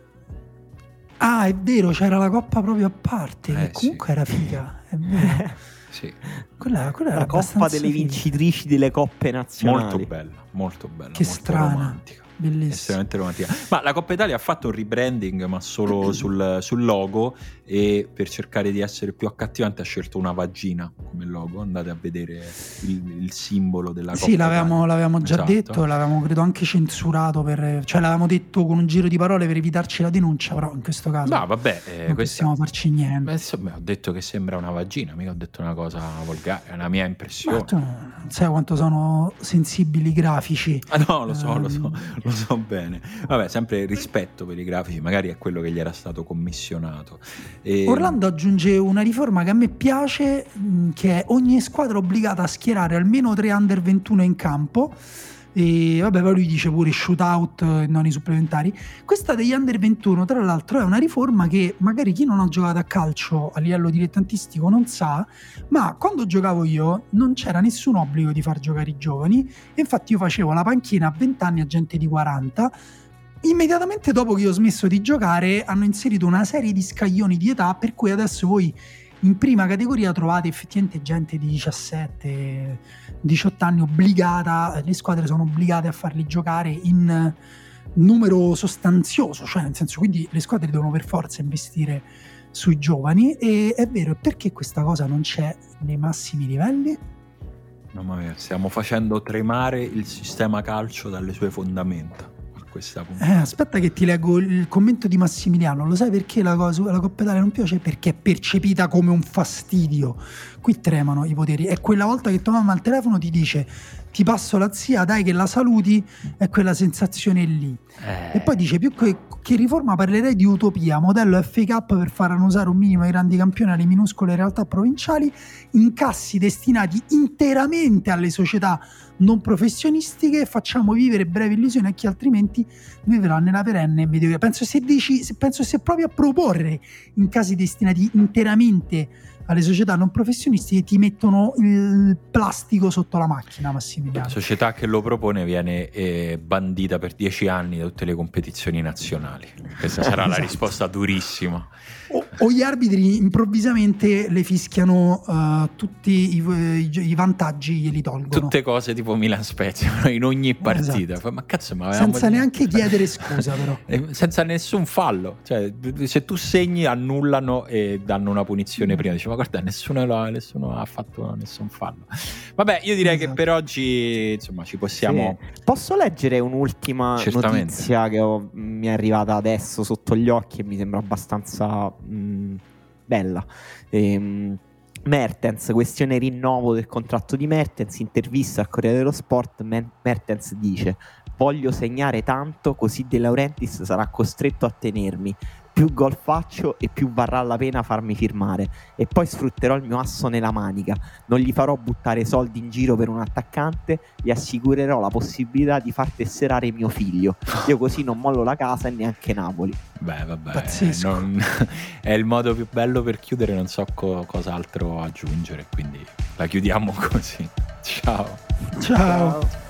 Ah, è vero, c'era la Coppa proprio a parte, che comunque era figa, è vero. Sì. Quella era la Coppa delle vincitrici delle Coppe nazionali. Molto bella, che molto strana, romantica. bellissima, estremamente romantica. Ma la Coppa Italia ha fatto un rebranding, ma solo sul logo, e per cercare di essere più accattivante ha scelto una vagina come logo. Andate a vedere il simbolo della Coppa Italia. L'avevamo già detto, l'avevamo credo anche censurato, cioè l'avevamo detto con un giro di parole per evitarci la denuncia, però in questo caso no, vabbè, non possiamo farci niente. Ho detto che sembra una vagina, mica ho detto una cosa volgare, è una mia impressione. Ma tu non sai quanto sono sensibili i grafici. No, lo so bene. Vabbè, sempre rispetto per i grafici, magari è quello che gli era stato commissionato. Orlando aggiunge una riforma che a me piace, che è ogni squadra obbligata a schierare almeno 3 under 21 in campo. E vabbè, poi lui dice pure shootout e non i supplementari. Questa degli under 21 tra l'altro è una riforma che magari chi non ha giocato a calcio a livello dilettantistico non sa, ma quando giocavo io non c'era nessun obbligo di far giocare i giovani, e infatti io facevo la panchina a 20 anni a gente di 40. Immediatamente dopo che io ho smesso di giocare hanno inserito una serie di scaglioni di età, per cui adesso voi in prima categoria trovate effettivamente gente di 17-18 anni obbligata, le squadre sono obbligate a farli giocare in numero sostanzioso, cioè nel senso, quindi le squadre devono per forza investire sui giovani. E è vero, perché questa cosa non c'è nei massimi livelli? Mamma mia, stiamo facendo tremare il sistema calcio dalle sue fondamenta. Aspetta che ti leggo il commento di Massimiliano. Lo sai perché la Coppa Italia non piace? Perché è percepita come un fastidio. Qui tremano i poteri. È quella volta che tua mamma al telefono ti dice ti passo la zia, dai che la saluti, è quella sensazione lì. E poi dice più che riforma parlerei di utopia, modello FA Cup per far annusare un minimo ai grandi campioni alle minuscole realtà provinciali, incassi destinati interamente alle società non professionistiche, facciamo vivere brevi illusioni a chi altrimenti vivrà nella perenne mediocrità. Penso se proprio a proporre incassi destinati interamente alle società non professionistiche ti mettono il plastico sotto la macchina, Massimiliano. La società che lo propone viene bandita per 10 anni da tutte le competizioni nazionali. Questa sarà la risposta durissima. O gli arbitri improvvisamente le fischiano tutti i vantaggi, glieli tolgono. Tutte cose tipo Milan Spezia in ogni partita. Esatto. Ma cazzo, senza neanche chiedere scusa, però. Senza nessun fallo. Cioè, se tu segni, annullano e danno una punizione prima. Dice, ma guarda, nessuno ha fatto nessun fallo. Vabbè, io direi che per oggi insomma ci possiamo. Sì. Posso leggere un'ultima notizia che mi è arrivata adesso sotto gli occhi e mi sembra abbastanza bella. Mertens, questione rinnovo del contratto di Mertens. Intervista al Corriere dello Sport. Mertens dice: voglio segnare tanto, così De Laurentiis sarà costretto a tenermi. Più gol faccio e più varrà la pena farmi firmare, e poi sfrutterò il mio asso nella manica. Non gli farò buttare soldi in giro per un attaccante, gli assicurerò la possibilità di far tesserare mio figlio. Io così non mollo la casa e neanche Napoli. Beh, vabbè, è il modo più bello per chiudere, non so cos'altro aggiungere, quindi la chiudiamo così. Ciao.